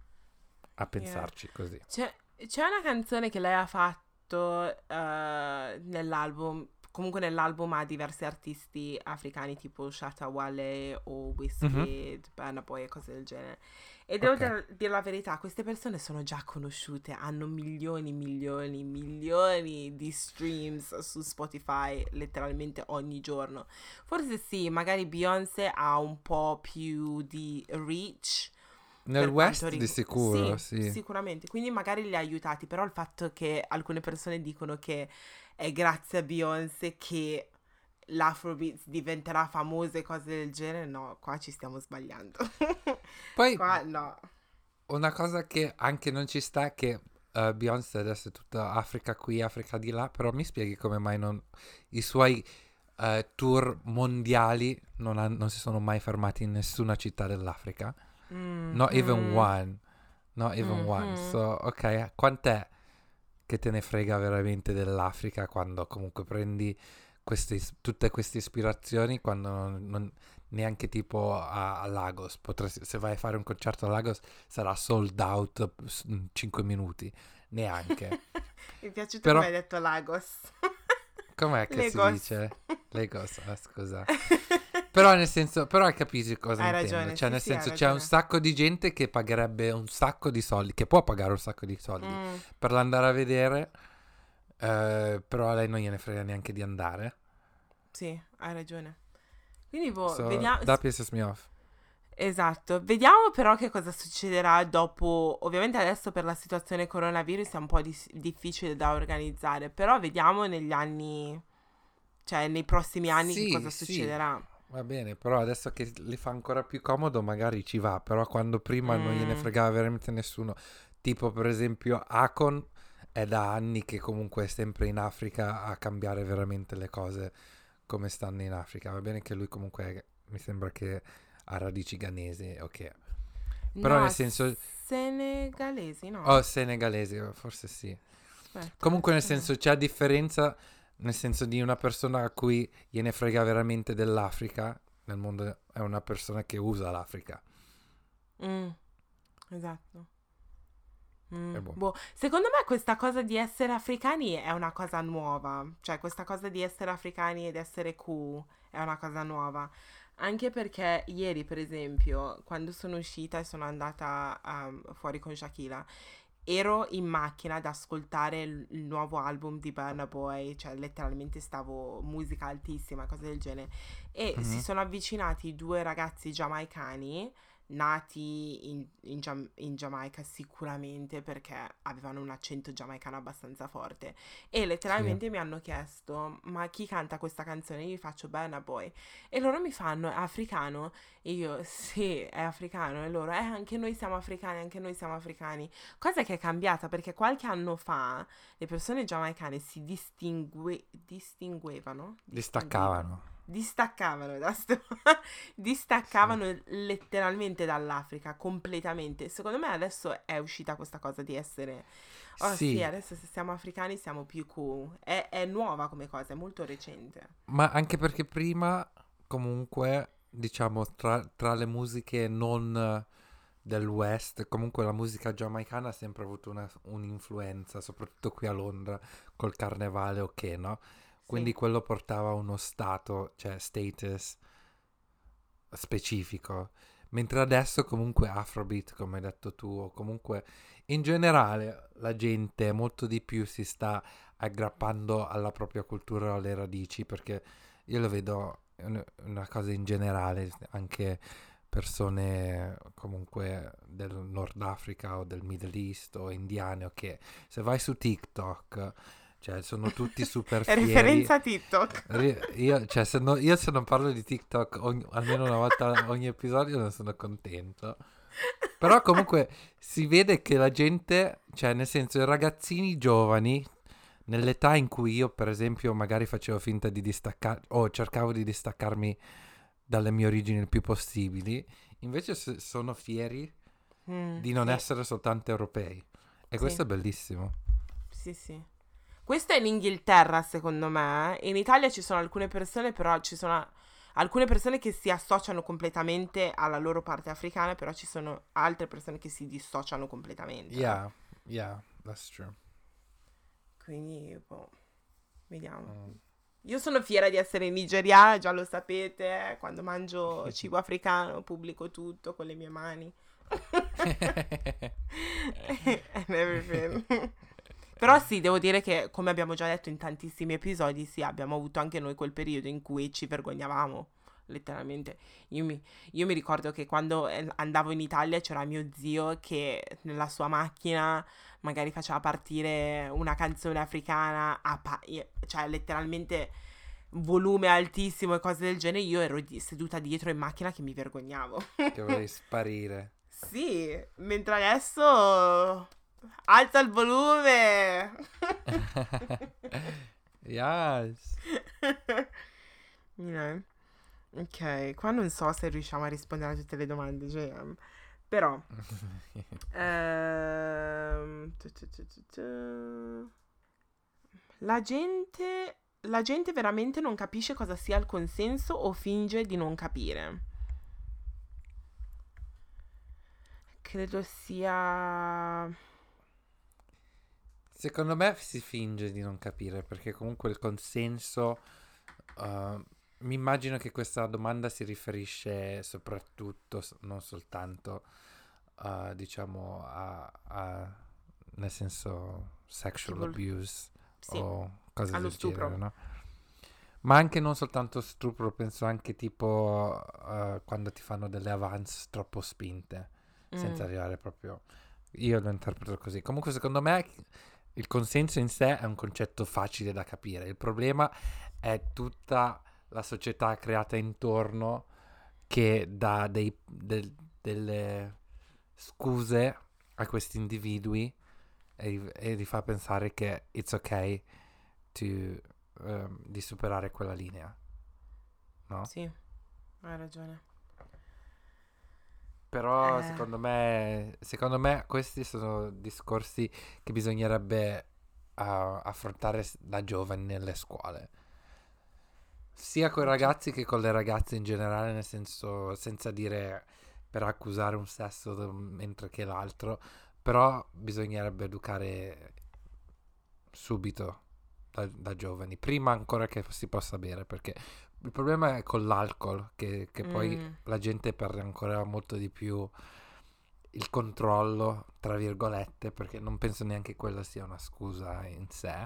Speaker 2: a
Speaker 1: yeah.
Speaker 2: pensarci così.
Speaker 1: C'è, c'è una canzone che lei ha fatto eh, nell'album, comunque nell'album ha diversi artisti africani tipo Shatta Wale o
Speaker 2: Mhm,
Speaker 1: Wizkid, Burna Boy e cose del genere. E devo
Speaker 2: ok.
Speaker 1: dir- dire la verità, queste persone sono già conosciute, hanno milioni, milioni, milioni di streams su Spotify letteralmente ogni giorno. Forse sì, magari Beyoncé ha un po' più di reach
Speaker 2: Nel
Speaker 1: per quanto
Speaker 2: West di
Speaker 1: riguarda...
Speaker 2: sicuro,
Speaker 1: Sì,
Speaker 2: sì.
Speaker 1: sicuramente. Quindi magari li ha aiutati, però il fatto che alcune persone dicono che è grazie a Beyoncé che l'Afrobeats diventerà famosa e cose del genere, no, qua ci stiamo sbagliando.
Speaker 2: Poi
Speaker 1: Qua no.
Speaker 2: una cosa che anche non ci sta è che eh, Beyoncé adesso è tutta Africa qui, Africa di là, però mi spieghi come mai non, i suoi eh, tour mondiali non, han- non si sono mai fermati in nessuna città dell'Africa? Not even
Speaker 1: Mhm,
Speaker 2: one. Not even one. So,
Speaker 1: mhm.
Speaker 2: ok, quant'è che te ne frega veramente dell'Africa quando comunque prendi queste, is- tutte queste ispirazioni quando non, non- neanche tipo a, a Lagos potresti, se vai a fare un concerto a Lagos sarà sold out s- in cinque minuti neanche.
Speaker 1: Mi è piaciuto
Speaker 2: Però
Speaker 1: come hai detto Lagos.
Speaker 2: com'è che si
Speaker 1: Lagos.
Speaker 2: dice Lagos? Ah, scusa. Però nel senso, però hai capito cosa
Speaker 1: Hai
Speaker 2: intendo,
Speaker 1: ragione,
Speaker 2: cioè
Speaker 1: sì,
Speaker 2: nel
Speaker 1: sì, hai
Speaker 2: senso c'è un
Speaker 1: ragione.
Speaker 2: sacco di gente che pagherebbe un sacco di soldi, che può pagare un sacco di soldi
Speaker 1: Mm,
Speaker 2: per l'andare a vedere, eh, però a lei non gliene frega neanche di andare.
Speaker 1: sì, hai ragione. Quindi, boh,
Speaker 2: So,
Speaker 1: vediamo.
Speaker 2: that pisses me off.
Speaker 1: Esatto, vediamo però che cosa succederà dopo. Ovviamente adesso per la situazione coronavirus è un po' dis- difficile da organizzare, però vediamo negli anni, cioè nei prossimi anni che
Speaker 2: Sì,
Speaker 1: cosa
Speaker 2: sì,
Speaker 1: succederà.
Speaker 2: va bene, però adesso che le fa ancora più comodo magari ci va, però quando prima non gliene
Speaker 1: Mm,
Speaker 2: fregava veramente nessuno, tipo per esempio Akon è da anni che comunque è sempre in Africa a cambiare veramente le cose come stanno in Africa, va bene che lui comunque è- mi sembra che ha radici ghanesi, ok, però nel
Speaker 1: no,
Speaker 2: senso,
Speaker 1: senegalesi,
Speaker 2: oh
Speaker 1: no?
Speaker 2: senegalesi, forse sì,
Speaker 1: Aspetta,
Speaker 2: comunque nel
Speaker 1: adesso...
Speaker 2: senso c'è differenza, nel senso di una persona a cui gliene frega veramente dell'Africa, nel mondo è una persona che usa l'Africa.
Speaker 1: Mm, esatto. Mm,
Speaker 2: E boh.
Speaker 1: boh, secondo me questa cosa di essere africani è una cosa nuova, cioè questa cosa di essere africani ed essere cool è una cosa nuova, anche perché ieri per esempio quando sono uscita e sono andata um, fuori con Shakira ero in macchina ad ascoltare il, il nuovo album di Burna Boy, cioè letteralmente stavo musica altissima, cose del genere, e si
Speaker 2: Mhm.
Speaker 1: sono avvicinati due ragazzi giamaicani nati in, in Giam- in Giamaica sicuramente perché avevano un accento giamaicano abbastanza forte e
Speaker 2: Sì.
Speaker 1: letteralmente mi hanno chiesto ma chi canta questa canzone? Io gli faccio Burna Boy e loro mi fanno è africano? E io sì è africano e loro eh anche noi siamo africani, anche noi siamo africani, cosa che è cambiata perché qualche anno fa le persone giamaicane si distingue- distinguevano distinguevano
Speaker 2: Distaccavano.
Speaker 1: distaccavano da sto
Speaker 2: Sì.
Speaker 1: distaccavano letteralmente dall'Africa completamente. Secondo me adesso è uscita questa cosa di essere, oh sì,
Speaker 2: Sì,
Speaker 1: adesso se siamo africani siamo più cool. È, è nuova come cosa, è molto recente.
Speaker 2: ma anche perché prima, comunque, diciamo, tra, tra le musiche non del West, comunque la musica giamaicana ha sempre avuto una- un'influenza, soprattutto qui a Londra, col carnevale o che, no?
Speaker 1: Sì.
Speaker 2: Quindi quello portava a uno stato, cioè status specifico. Mentre adesso comunque Afrobeat, come hai detto tu, o comunque in generale la gente molto di più si sta aggrappando alla propria cultura, alle radici, perché io lo vedo un- una cosa in generale, anche persone comunque del Nord Africa o del Middle East o indiane, o che se vai su TikTok, cioè sono tutti super
Speaker 1: È
Speaker 2: fieri.
Speaker 1: referenza TikTok.
Speaker 2: Ri- Io, cioè, se no- io se non parlo di TikTok ogni- almeno una volta ogni episodio non sono contento. Però comunque si vede che la gente, cioè nel senso i ragazzini giovani, nell'età in cui io per esempio magari facevo finta di distaccare o cercavo di distaccarmi dalle mie origini il più possibili, invece s- sono fieri
Speaker 1: Mm,
Speaker 2: di non
Speaker 1: sì,
Speaker 2: essere soltanto europei. E
Speaker 1: sì,
Speaker 2: questo è bellissimo.
Speaker 1: sì, sì. Questo è in Inghilterra, secondo me. In Italia ci sono alcune persone, però ci sono alcune persone che si associano completamente alla loro parte africana, però ci sono altre persone che si dissociano completamente, no?
Speaker 2: Yeah, yeah, that's true.
Speaker 1: Quindi, boh, vediamo.
Speaker 2: Mm.
Speaker 1: Io sono fiera di essere nigeriana, già lo sapete. Quando mangio cibo africano pubblico tutto con le mie mani. And everything. Però sì, devo dire che, come abbiamo già detto in tantissimi episodi, sì, abbiamo avuto anche noi quel periodo in cui ci vergognavamo, letteralmente. Io mi, io mi ricordo che quando eh, andavo in Italia c'era mio zio che nella sua macchina magari faceva partire una canzone africana, a pa- io- cioè letteralmente volume altissimo e cose del genere. Io ero di- seduta dietro in macchina che mi vergognavo.
Speaker 2: Che vorrei sparire.
Speaker 1: Sì, mentre adesso alza il volume.
Speaker 2: Yes.
Speaker 1: You know. Ok, qua non so se riusciamo a rispondere a tutte le domande, J M. Però ehm, tu, tu, tu, tu, tu. La gente la gente veramente non capisce cosa sia il consenso o finge di non capire. Credo sia
Speaker 2: Secondo me si finge di non capire perché comunque il consenso, uh, mi immagino che questa domanda si riferisce soprattutto, s- non soltanto, uh, diciamo, a, a- nel senso sexual
Speaker 1: tipo
Speaker 2: abuse
Speaker 1: sì,
Speaker 2: o cose
Speaker 1: allo
Speaker 2: del genere,
Speaker 1: stupro.
Speaker 2: no? Ma anche non soltanto stupro, penso anche tipo uh, quando ti fanno delle avance troppo spinte, senza
Speaker 1: Mm,
Speaker 2: arrivare proprio... Io lo interpreto così. Comunque secondo me il consenso in sé è un concetto facile da capire. Il problema è tutta la società creata intorno che dà dei- del- delle scuse a questi individui e, e li fa pensare che it's ok to, ehm, di superare quella linea, no?
Speaker 1: sì, hai ragione.
Speaker 2: Però
Speaker 1: Eh,
Speaker 2: secondo me, secondo me questi sono discorsi che bisognerebbe uh, affrontare s- da giovani nelle scuole. Sia con i
Speaker 1: ok.
Speaker 2: ragazzi che con le ragazze in generale, nel senso, senza dire per accusare un sesso d- mentre che l'altro, però bisognerebbe educare subito da, da giovani, prima ancora che si possa bere, perché il problema è con l'alcol, che, che poi
Speaker 1: Mm,
Speaker 2: la gente perde ancora molto di più il controllo, tra virgolette, perché non penso neanche quella sia una scusa in sé.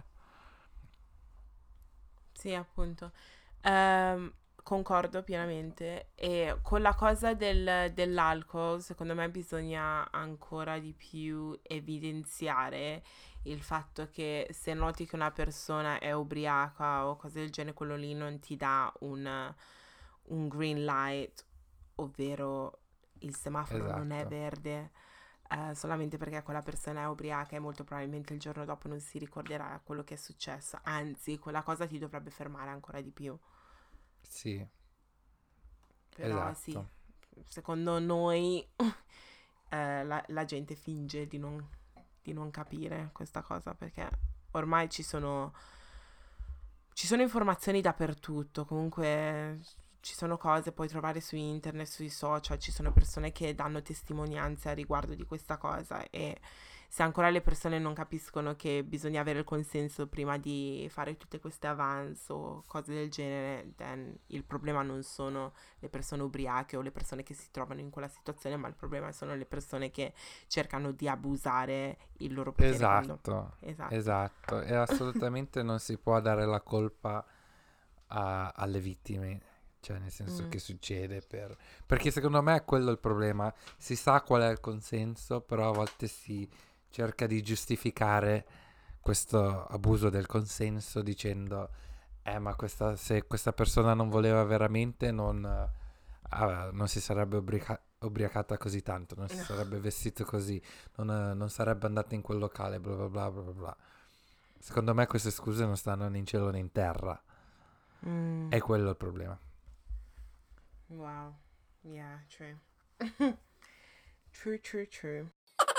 Speaker 1: sì, appunto. Ehm, concordo pienamente. E con la cosa del- dell'alcol, secondo me bisogna ancora di più evidenziare il fatto che se noti che una persona è ubriaca o cose del genere, quello lì non ti dà un, un green light, ovvero il semaforo non è
Speaker 2: Esatto,
Speaker 1: verde. Eh, solamente perché quella persona è ubriaca e molto probabilmente il giorno dopo non si ricorderà quello che è successo. Anzi, quella cosa ti dovrebbe fermare ancora di più.
Speaker 2: sì,
Speaker 1: Però sì,
Speaker 2: esatto.
Speaker 1: secondo noi eh, la, la gente finge di non, di non capire questa cosa perché ormai ci sono, ci sono informazioni dappertutto. Comunque ci sono cose, puoi trovare su internet, sui social, ci sono persone che danno testimonianze a riguardo di questa cosa, e se ancora le persone non capiscono che bisogna avere il consenso prima di fare tutte queste avance o cose del genere, then il problema non sono le persone ubriache o le persone che si trovano in quella situazione, ma il problema sono le persone che cercano di abusare il loro potere. quando-
Speaker 2: Esatto,
Speaker 1: Esatto.
Speaker 2: esatto. E assolutamente non si può dare la colpa a- alle vittime, cioè nel senso
Speaker 1: Mm.
Speaker 2: che succede per... Perché secondo me è quello il problema. Si sa qual è il consenso, però a volte si cerca di giustificare questo abuso del consenso dicendo eh ma questa, se questa persona non voleva veramente non, ah, non si sarebbe ubriaca- ubriacata così tanto, non si
Speaker 1: No.
Speaker 2: sarebbe vestito così, non, non sarebbe andata in quel locale, bla bla bla bla bla bla. Secondo me queste scuse non stanno né in cielo né in terra.
Speaker 1: Mm.
Speaker 2: È quello il problema.
Speaker 1: Wow. Yeah, true. True, true, true.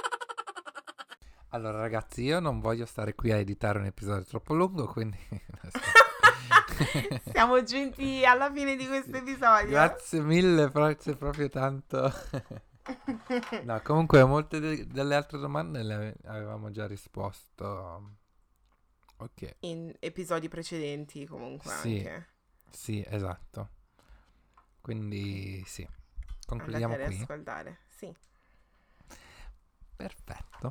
Speaker 2: Allora ragazzi, io non voglio stare qui a editare un episodio troppo lungo, quindi...
Speaker 1: Siamo giunti alla fine di questo episodio.
Speaker 2: Grazie mille, grazie proprio tanto. No, comunque molte de- delle altre domande le ave- avevamo già risposto. Ok,
Speaker 1: In episodi precedenti, comunque,
Speaker 2: sì,
Speaker 1: anche.
Speaker 2: sì, esatto. Quindi sì,
Speaker 1: Andate
Speaker 2: concludiamo
Speaker 1: ad
Speaker 2: qui.
Speaker 1: ascoltare. Sì.
Speaker 2: Perfetto.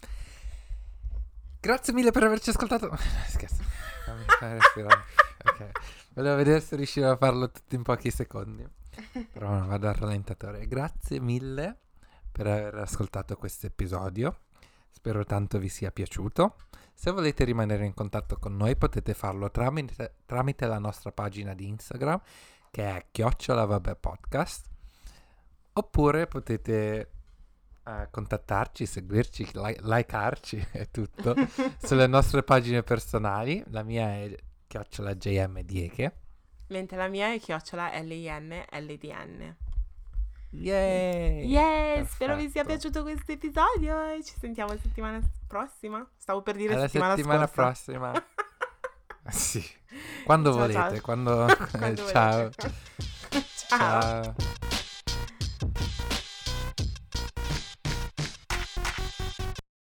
Speaker 2: Grazie mille per averci ascoltato. Scherzo, fammi fare respirare. Ok, volevo vedere se riuscivo a farlo tutto in pochi secondi. Però no, vado al rallentatore. Grazie mille per aver ascoltato questo episodio. Spero tanto vi sia piaciuto. Se volete rimanere in contatto con noi potete farlo tramite, tramite la nostra pagina di Instagram, che è chiocciola vabbè podcast. Oppure potete eh, contattarci, seguirci, li- likearci e tutto sulle nostre pagine personali. La mia è chiocciola J M Dieghe.
Speaker 1: Mentre la mia è chiocciola L I N L D N.
Speaker 2: Yay!
Speaker 1: Yeah, spero vi sia
Speaker 2: Perfetto.
Speaker 1: piaciuto questo episodio e ci sentiamo settimana prossima. Stavo per dire
Speaker 2: Alla
Speaker 1: settimana,
Speaker 2: settimana
Speaker 1: scorsa.
Speaker 2: prossima. Sì. Quando
Speaker 1: Ciao,
Speaker 2: volete,
Speaker 1: ciao.
Speaker 2: quando...
Speaker 1: Quando
Speaker 2: Ciao.
Speaker 1: volete. Ciao.
Speaker 2: Ciao.